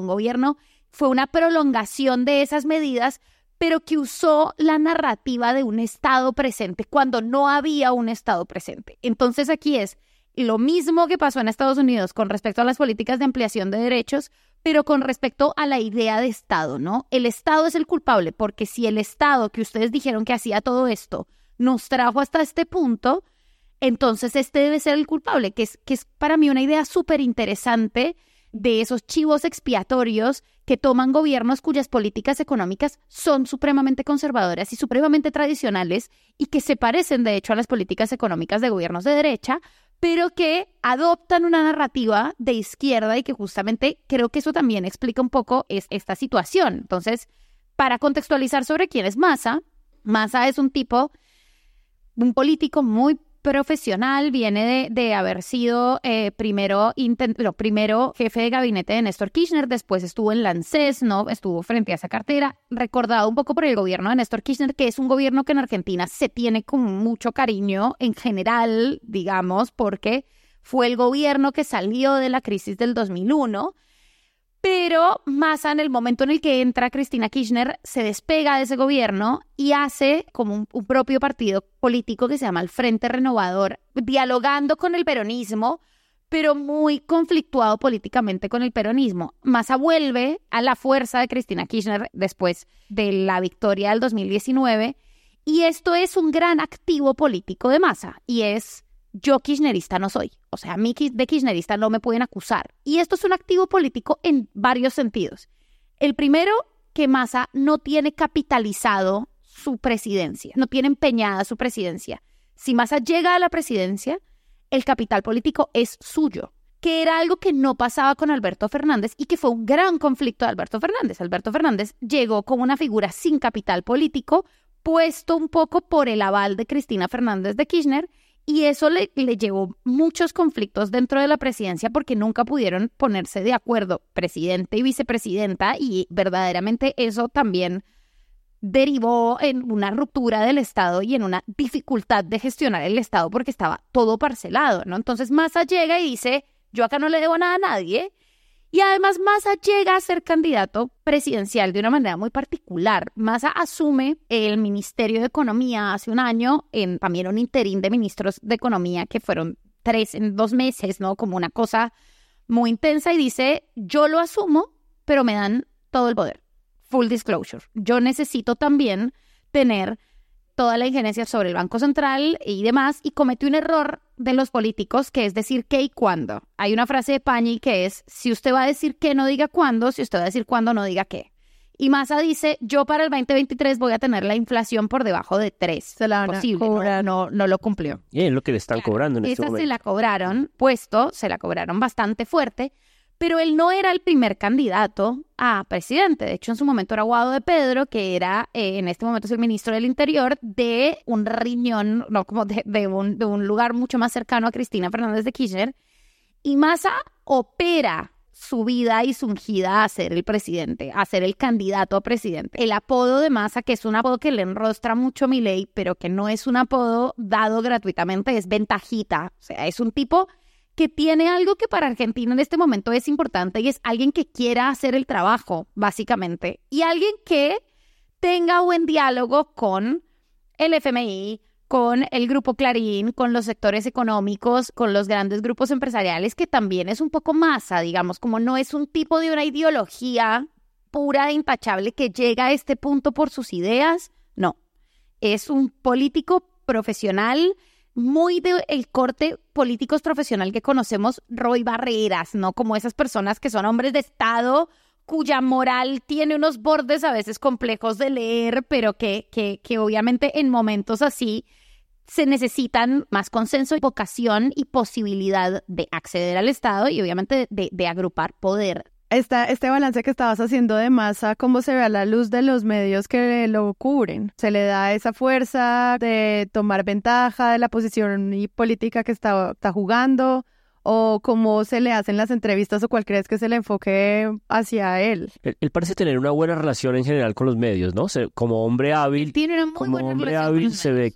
una prolongación de esas medidas, pero que usó la narrativa de un Estado presente cuando no había un Estado presente. Entonces aquí es lo mismo que pasó en Estados Unidos con respecto a las políticas de ampliación de derechos, pero con respecto a la idea de Estado, ¿no? El Estado es el culpable, porque si el Estado que ustedes dijeron que hacía todo esto nos trajo hasta este punto, entonces este debe ser el culpable, que es para mí una idea súper interesante de esos chivos expiatorios que toman gobiernos cuyas políticas económicas son supremamente conservadoras y supremamente tradicionales y que se parecen de hecho a las políticas económicas de gobiernos de derecha, pero que adoptan una narrativa de izquierda y que justamente creo que eso también explica un poco esta situación. Entonces, para contextualizar sobre quién es Massa, Massa es un político muy profesional, viene de haber sido primero jefe de gabinete de Néstor Kirchner, después estuvo en la ANSES, ¿no? Estuvo frente a esa cartera, recordado un poco por el gobierno de Néstor Kirchner, que es un gobierno que en Argentina se tiene con mucho cariño en general, digamos, porque fue el gobierno que salió de la crisis del 2001, pero Massa, en el momento en el que entra Cristina Kirchner, se despega de ese gobierno y hace como un propio partido político que se llama el Frente Renovador, dialogando con el peronismo, pero muy conflictuado políticamente con el peronismo. Massa vuelve a la fuerza de Cristina Kirchner después de la victoria del 2019 y esto es un gran activo político de Massa y es: yo kirchnerista no soy, o sea, a mí de kirchnerista no me pueden acusar. Y esto es un activo político en varios sentidos. El primero, que Massa no tiene capitalizado su presidencia, no tiene empeñada su presidencia. Si Massa llega a la presidencia, el capital político es suyo, que era algo que no pasaba con Alberto Fernández y que fue un gran conflicto de Alberto Fernández. Alberto Fernández llegó como una figura sin capital político, puesto un poco por el aval de Cristina Fernández de Kirchner, y eso le llevó muchos conflictos dentro de la presidencia porque nunca pudieron ponerse de acuerdo presidente y vicepresidenta, y verdaderamente eso también derivó en una ruptura del Estado y en una dificultad de gestionar el Estado porque estaba todo parcelado, ¿no? Entonces Massa llega y dice, yo acá no le debo nada a nadie. Y además Massa llega a ser candidato presidencial de una manera muy particular. Massa asume el Ministerio de Economía hace un año, también un interín de ministros de Economía que fueron 3 en 2 meses, ¿no? Como una cosa muy intensa, y dice, yo lo asumo, pero me dan todo el poder. Full disclosure. Yo necesito también tener toda la injerencia sobre el Banco Central y demás, y comete un error de los políticos, que es decir qué y cuándo. Hay una frase de Pañi que es, si usted va a decir qué, no diga cuándo; si usted va a decir cuándo, no diga qué. Y Massa dice, yo para el 2023 voy a tener la inflación por debajo de 3. Se la van a cobrar. No lo cumplió. Y es lo que le están cobrando en este momento. Esa se la cobraron, se la cobraron bastante fuerte, pero él no era el primer candidato a presidente. De hecho, en su momento era Guado de Pedro, que era, en este momento es el ministro del Interior, de un riñón, no, como de un lugar mucho más cercano a Cristina Fernández de Kirchner. Y Massa opera su vida y su ungida a ser el presidente, a ser el candidato a presidente. El apodo de Massa, que es un apodo que le enrostra mucho a Milei, pero que no es un apodo dado gratuitamente, es ventajita. O sea, es un tipo que tiene algo que para Argentina en este momento es importante, y es alguien que quiera hacer el trabajo, básicamente, y alguien que tenga buen diálogo con el FMI, con el Grupo Clarín, con los sectores económicos, con los grandes grupos empresariales, que también es un poco Massa, digamos, como no es un tipo de una ideología pura e intachable que llega a este punto por sus ideas, no, es un político profesional, muy del corte políticos profesional que conocemos, Roy Barreras, ¿no? Como esas personas que son hombres de Estado, cuya moral tiene unos bordes a veces complejos de leer, pero que obviamente en momentos así se necesitan más consenso, vocación y posibilidad de acceder al Estado y obviamente de agrupar poder. Este balance que estabas haciendo de Massa, ¿cómo se ve a la luz de los medios que lo cubren? ¿Se le da esa fuerza de tomar ventaja de la posición y política que está jugando? ¿O cómo se le hacen las entrevistas, o cuál crees que es el enfoque hacia él? Él parece tener una buena relación en general con los medios, ¿no? Como hombre hábil, tiene una muy buena relación se ve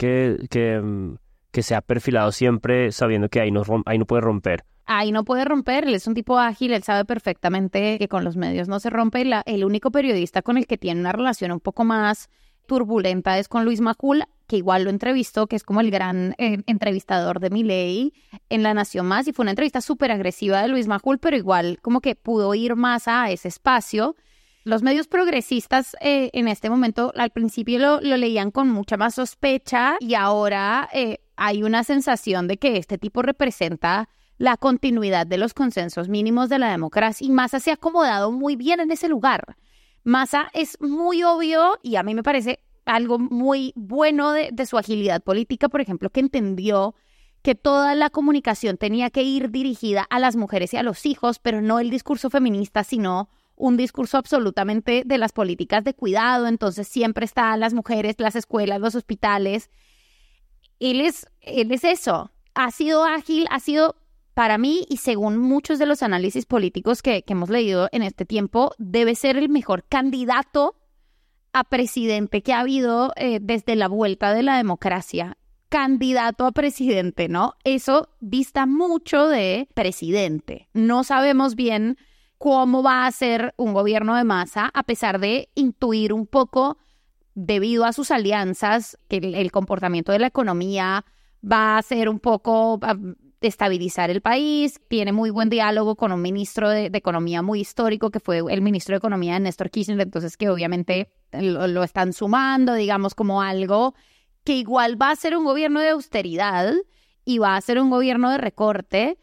que se ha perfilado siempre sabiendo que ahí no puede romper. Ahí no puede romper, él es un tipo ágil, él sabe perfectamente que con los medios no se rompe. El único periodista con el que tiene una relación un poco más turbulenta es con Luis Majul, que igual lo entrevistó, que es como el gran entrevistador de Milei en La Nación Más, y fue una entrevista súper agresiva de Luis Majul, pero igual como que pudo ir más a ese espacio. Los medios progresistas en este momento al principio lo leían con mucha más sospecha, y ahora hay una sensación de que este tipo representa la continuidad de los consensos mínimos de la democracia, y Massa se ha acomodado muy bien en ese lugar. Massa es muy obvio, y a mí me parece algo muy bueno de su agilidad política, por ejemplo, que entendió que toda la comunicación tenía que ir dirigida a las mujeres y a los hijos, pero no el discurso feminista, sino un discurso absolutamente de las políticas de cuidado. Entonces siempre están las mujeres, las escuelas, los hospitales. Él es eso. Ha sido ágil, ha sido, para mí, y según muchos de los análisis políticos que hemos leído en este tiempo, debe ser el mejor candidato a presidente que ha habido desde la vuelta de la democracia. Candidato a presidente, ¿no? Eso dista mucho de presidente. No sabemos bien cómo va a ser un gobierno de Massa, a pesar de intuir un poco, debido a sus alianzas, que el comportamiento de la economía va a ser un poco estabilizar el país. Tiene muy buen diálogo con un ministro de Economía muy histórico, que fue el ministro de Economía de Néstor Kirchner, entonces que obviamente lo están sumando, digamos, como algo que igual va a ser un gobierno de austeridad y va a ser un gobierno de recorte,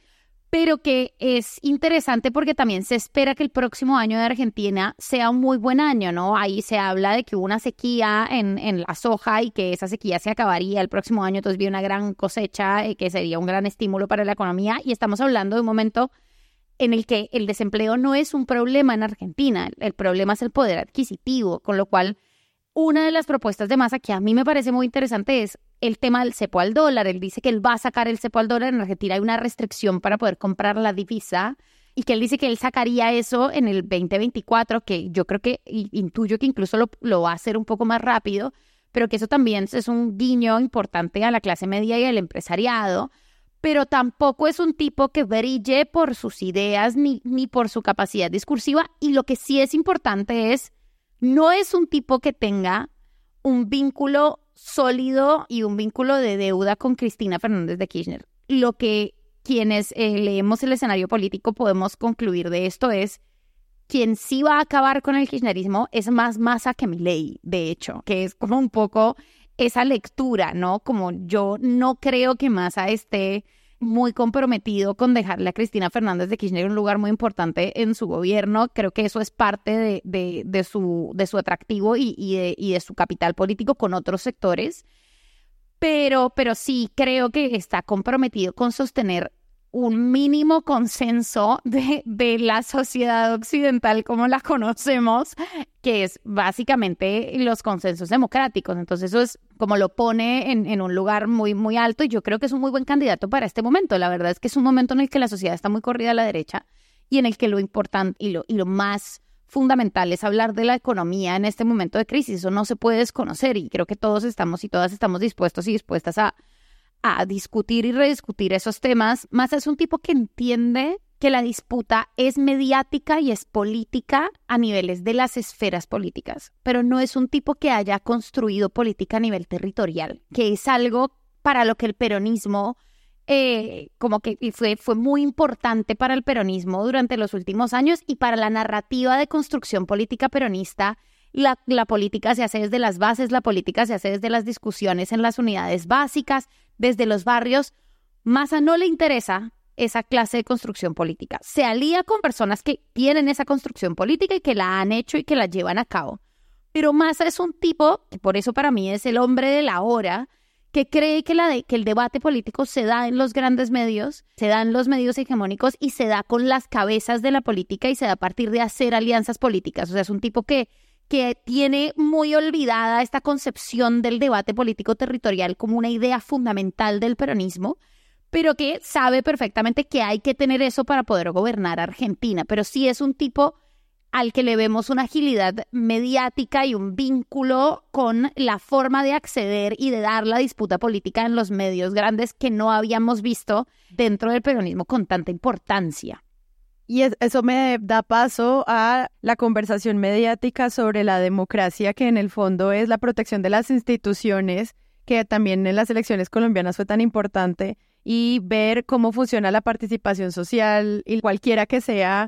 pero que es interesante porque también se espera que el próximo año de Argentina sea un muy buen año, ¿no? Ahí se habla de que hubo una sequía en la soja y que esa sequía se acabaría el próximo año, entonces viene una gran cosecha que sería un gran estímulo para la economía, y estamos hablando de un momento en el que el desempleo no es un problema en Argentina, el problema es el poder adquisitivo, con lo cual una de las propuestas de Massa que a mí me parece muy interesante es el tema del cepo al dólar. Él dice que él va a sacar el cepo al dólar. En Argentina hay una restricción para poder comprar la divisa y que él dice que él sacaría eso en el 2024, que yo creo que intuyo que incluso lo va a hacer un poco más rápido, pero que eso también es un guiño importante a la clase media y al empresariado, pero tampoco es un tipo que brille por sus ideas ni por su capacidad discursiva, y lo que sí es importante es no es un tipo que tenga un vínculo sólido y un vínculo de deuda con Cristina Fernández de Kirchner. Lo que quienes leemos el escenario político podemos concluir de esto es quien sí va a acabar con el kirchnerismo es más Massa que Milei, de hecho, que es como un poco esa lectura, ¿no? Como yo no creo que Massa esté muy comprometido con dejarle a Cristina Fernández de Kirchner un lugar muy importante en su gobierno. Creo que eso es parte de su atractivo y de su capital político con otros sectores. Pero sí creo que está comprometido con sostener un mínimo consenso de la sociedad occidental como la conocemos, que es básicamente los consensos democráticos. Entonces eso es como lo pone en un lugar muy, muy alto, y yo creo que es un muy buen candidato para este momento. La verdad es que es un momento en el que la sociedad está muy corrida a la derecha y en el que lo importante y lo más fundamental es hablar de la economía en este momento de crisis. Eso no se puede desconocer, y creo que todos estamos y todas estamos dispuestos y dispuestas a discutir y rediscutir esos temas. Massa es un tipo que entiende que la disputa es mediática y es política a niveles de las esferas políticas, pero no es un tipo que haya construido política a nivel territorial, que es algo para lo que el peronismo como que fue muy importante para el peronismo durante los últimos años, y para la narrativa de construcción política peronista. La política se hace desde las bases, la política se hace desde las discusiones en las unidades básicas, desde los barrios. Massa no le interesa esa clase de construcción política. Se alía con personas que tienen esa construcción política y que la han hecho y que la llevan a cabo. Pero Massa es un tipo, y por eso para mí es el hombre de la hora, que cree que el debate político se da en los grandes medios, se da en los medios hegemónicos y se da con las cabezas de la política y se da a partir de hacer alianzas políticas. O sea, es un tipo que tiene muy olvidada esta concepción del debate político territorial como una idea fundamental del peronismo, pero que sabe perfectamente que hay que tener eso para poder gobernar Argentina. Pero sí es un tipo al que le vemos una agilidad mediática y un vínculo con la forma de acceder y de dar la disputa política en los medios grandes que no habíamos visto dentro del peronismo con tanta importancia. Y eso me da paso a la conversación mediática sobre la democracia, que en el fondo es la protección de las instituciones, que también en las elecciones colombianas fue tan importante, y ver cómo funciona la participación social y cualquiera que sea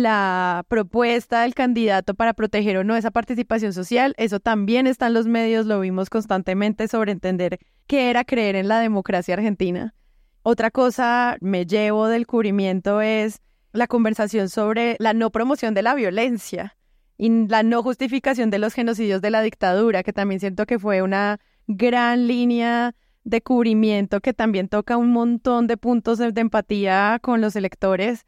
la propuesta del candidato para proteger o no esa participación social. Eso también está en los medios, lo vimos constantemente, sobre entender qué era creer en la democracia argentina. Otra cosa me llevo del cubrimiento es la conversación sobre la no promoción de la violencia y la no justificación de los genocidios de la dictadura, que también siento que fue una gran línea de cubrimiento que también toca un montón de puntos de empatía con los electores.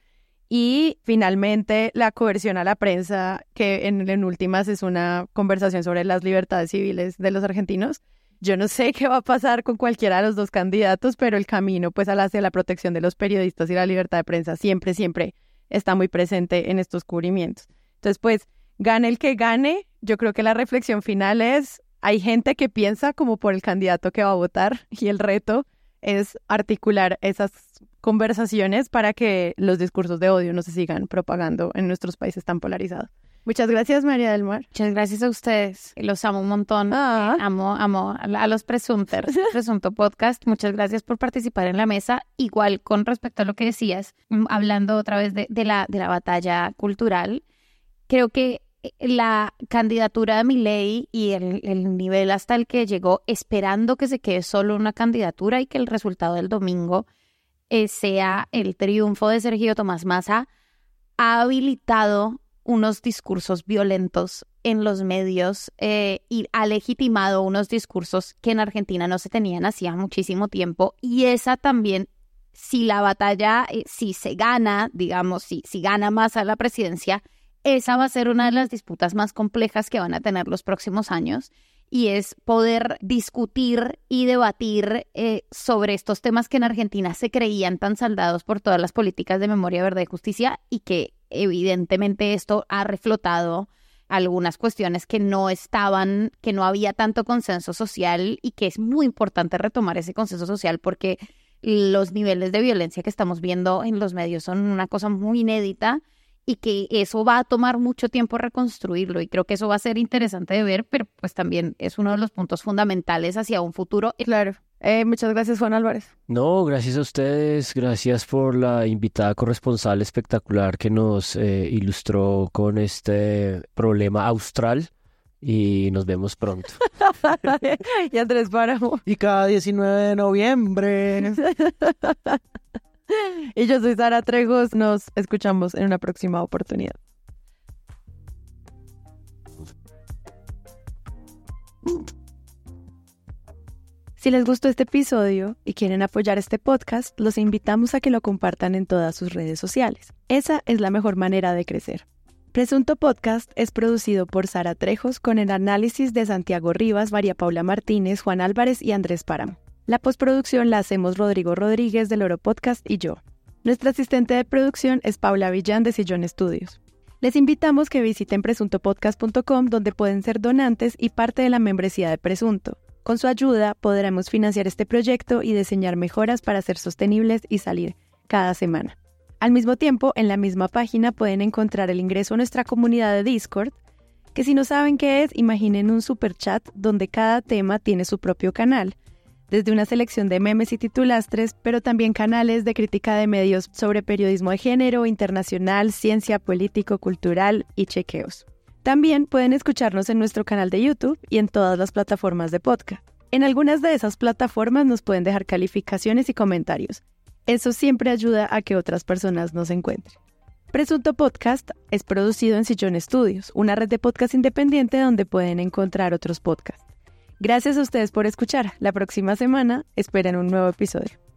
Y finalmente la coerción a la prensa, que en últimas es una conversación sobre las libertades civiles de los argentinos. Yo no sé qué va a pasar con cualquiera de los dos candidatos, pero el camino pues hacia la protección de los periodistas y la libertad de prensa siempre está muy presente en estos cubrimientos. Entonces, pues, gane el que gane, yo creo que la reflexión final es, hay gente que piensa como por el candidato que va a votar, y el reto es articular esas conversaciones para que los discursos de odio no se sigan propagando en nuestros países tan polarizados. Muchas gracias, María del Mar. Muchas gracias a ustedes. Los amo un montón. Amo a los Presunters, Presunto Podcast. Muchas gracias por participar en la mesa. Igual con respecto a lo que decías, hablando otra vez de la batalla cultural, creo que la candidatura de Milei y el nivel hasta el que llegó, esperando que se quede solo una candidatura y que el resultado del domingo sea el triunfo de Sergio Tomás Massa, ha habilitado unos discursos violentos en los medios y ha legitimado unos discursos que en Argentina no se tenían hacía muchísimo tiempo. Y esa también, si la batalla, si se gana, digamos, si gana Massa la presidencia, esa va a ser una de las disputas más complejas que van a tener los próximos años. Y es poder discutir y debatir sobre estos temas que en Argentina se creían tan saldados por todas las políticas de memoria, verdad y justicia, y que evidentemente esto ha reflotado algunas cuestiones que no había tanto consenso social, y que es muy importante retomar ese consenso social porque los niveles de violencia que estamos viendo en los medios son una cosa muy inédita y que eso va a tomar mucho tiempo reconstruirlo, y creo que eso va a ser interesante de ver, pero pues también es uno de los puntos fundamentales hacia un futuro. Claro. Muchas gracias, Juan Álvarez. No, gracias a ustedes, gracias por la invitada corresponsal espectacular que nos ilustró con este problema austral, y nos vemos pronto. Y Andrés Páramo. Y cada 19 de noviembre. Y yo soy Sara Trejos, nos escuchamos en una próxima oportunidad. Si les gustó este episodio y quieren apoyar este podcast, los invitamos a que lo compartan en todas sus redes sociales. Esa es la mejor manera de crecer. Presunto Podcast es producido por Sara Trejos con el análisis de Santiago Rivas, María Paula Martínez, Juan Álvarez y Andrés Páramo. La postproducción la hacemos Rodrigo Rodríguez del Oro Podcast y yo. Nuestra asistente de producción es Paula Villán de Sillón Estudios. Les invitamos que visiten presuntopodcast.com, donde pueden ser donantes y parte de la membresía de Presunto. Con su ayuda podremos financiar este proyecto y diseñar mejoras para ser sostenibles y salir cada semana. Al mismo tiempo, en la misma página pueden encontrar el ingreso a nuestra comunidad de Discord, que si no saben qué es, imaginen un superchat donde cada tema tiene su propio canal, desde una selección de memes y titulastres, pero también canales de crítica de medios sobre periodismo de género, internacional, ciencia, político, cultural y chequeos. También pueden escucharnos en nuestro canal de YouTube y en todas las plataformas de podcast. En algunas de esas plataformas nos pueden dejar calificaciones y comentarios. Eso siempre ayuda a que otras personas nos encuentren. Presunto Podcast es producido en Sillón Estudios, una red de podcast independiente donde pueden encontrar otros podcasts. Gracias a ustedes por escuchar. La próxima semana esperen un nuevo episodio.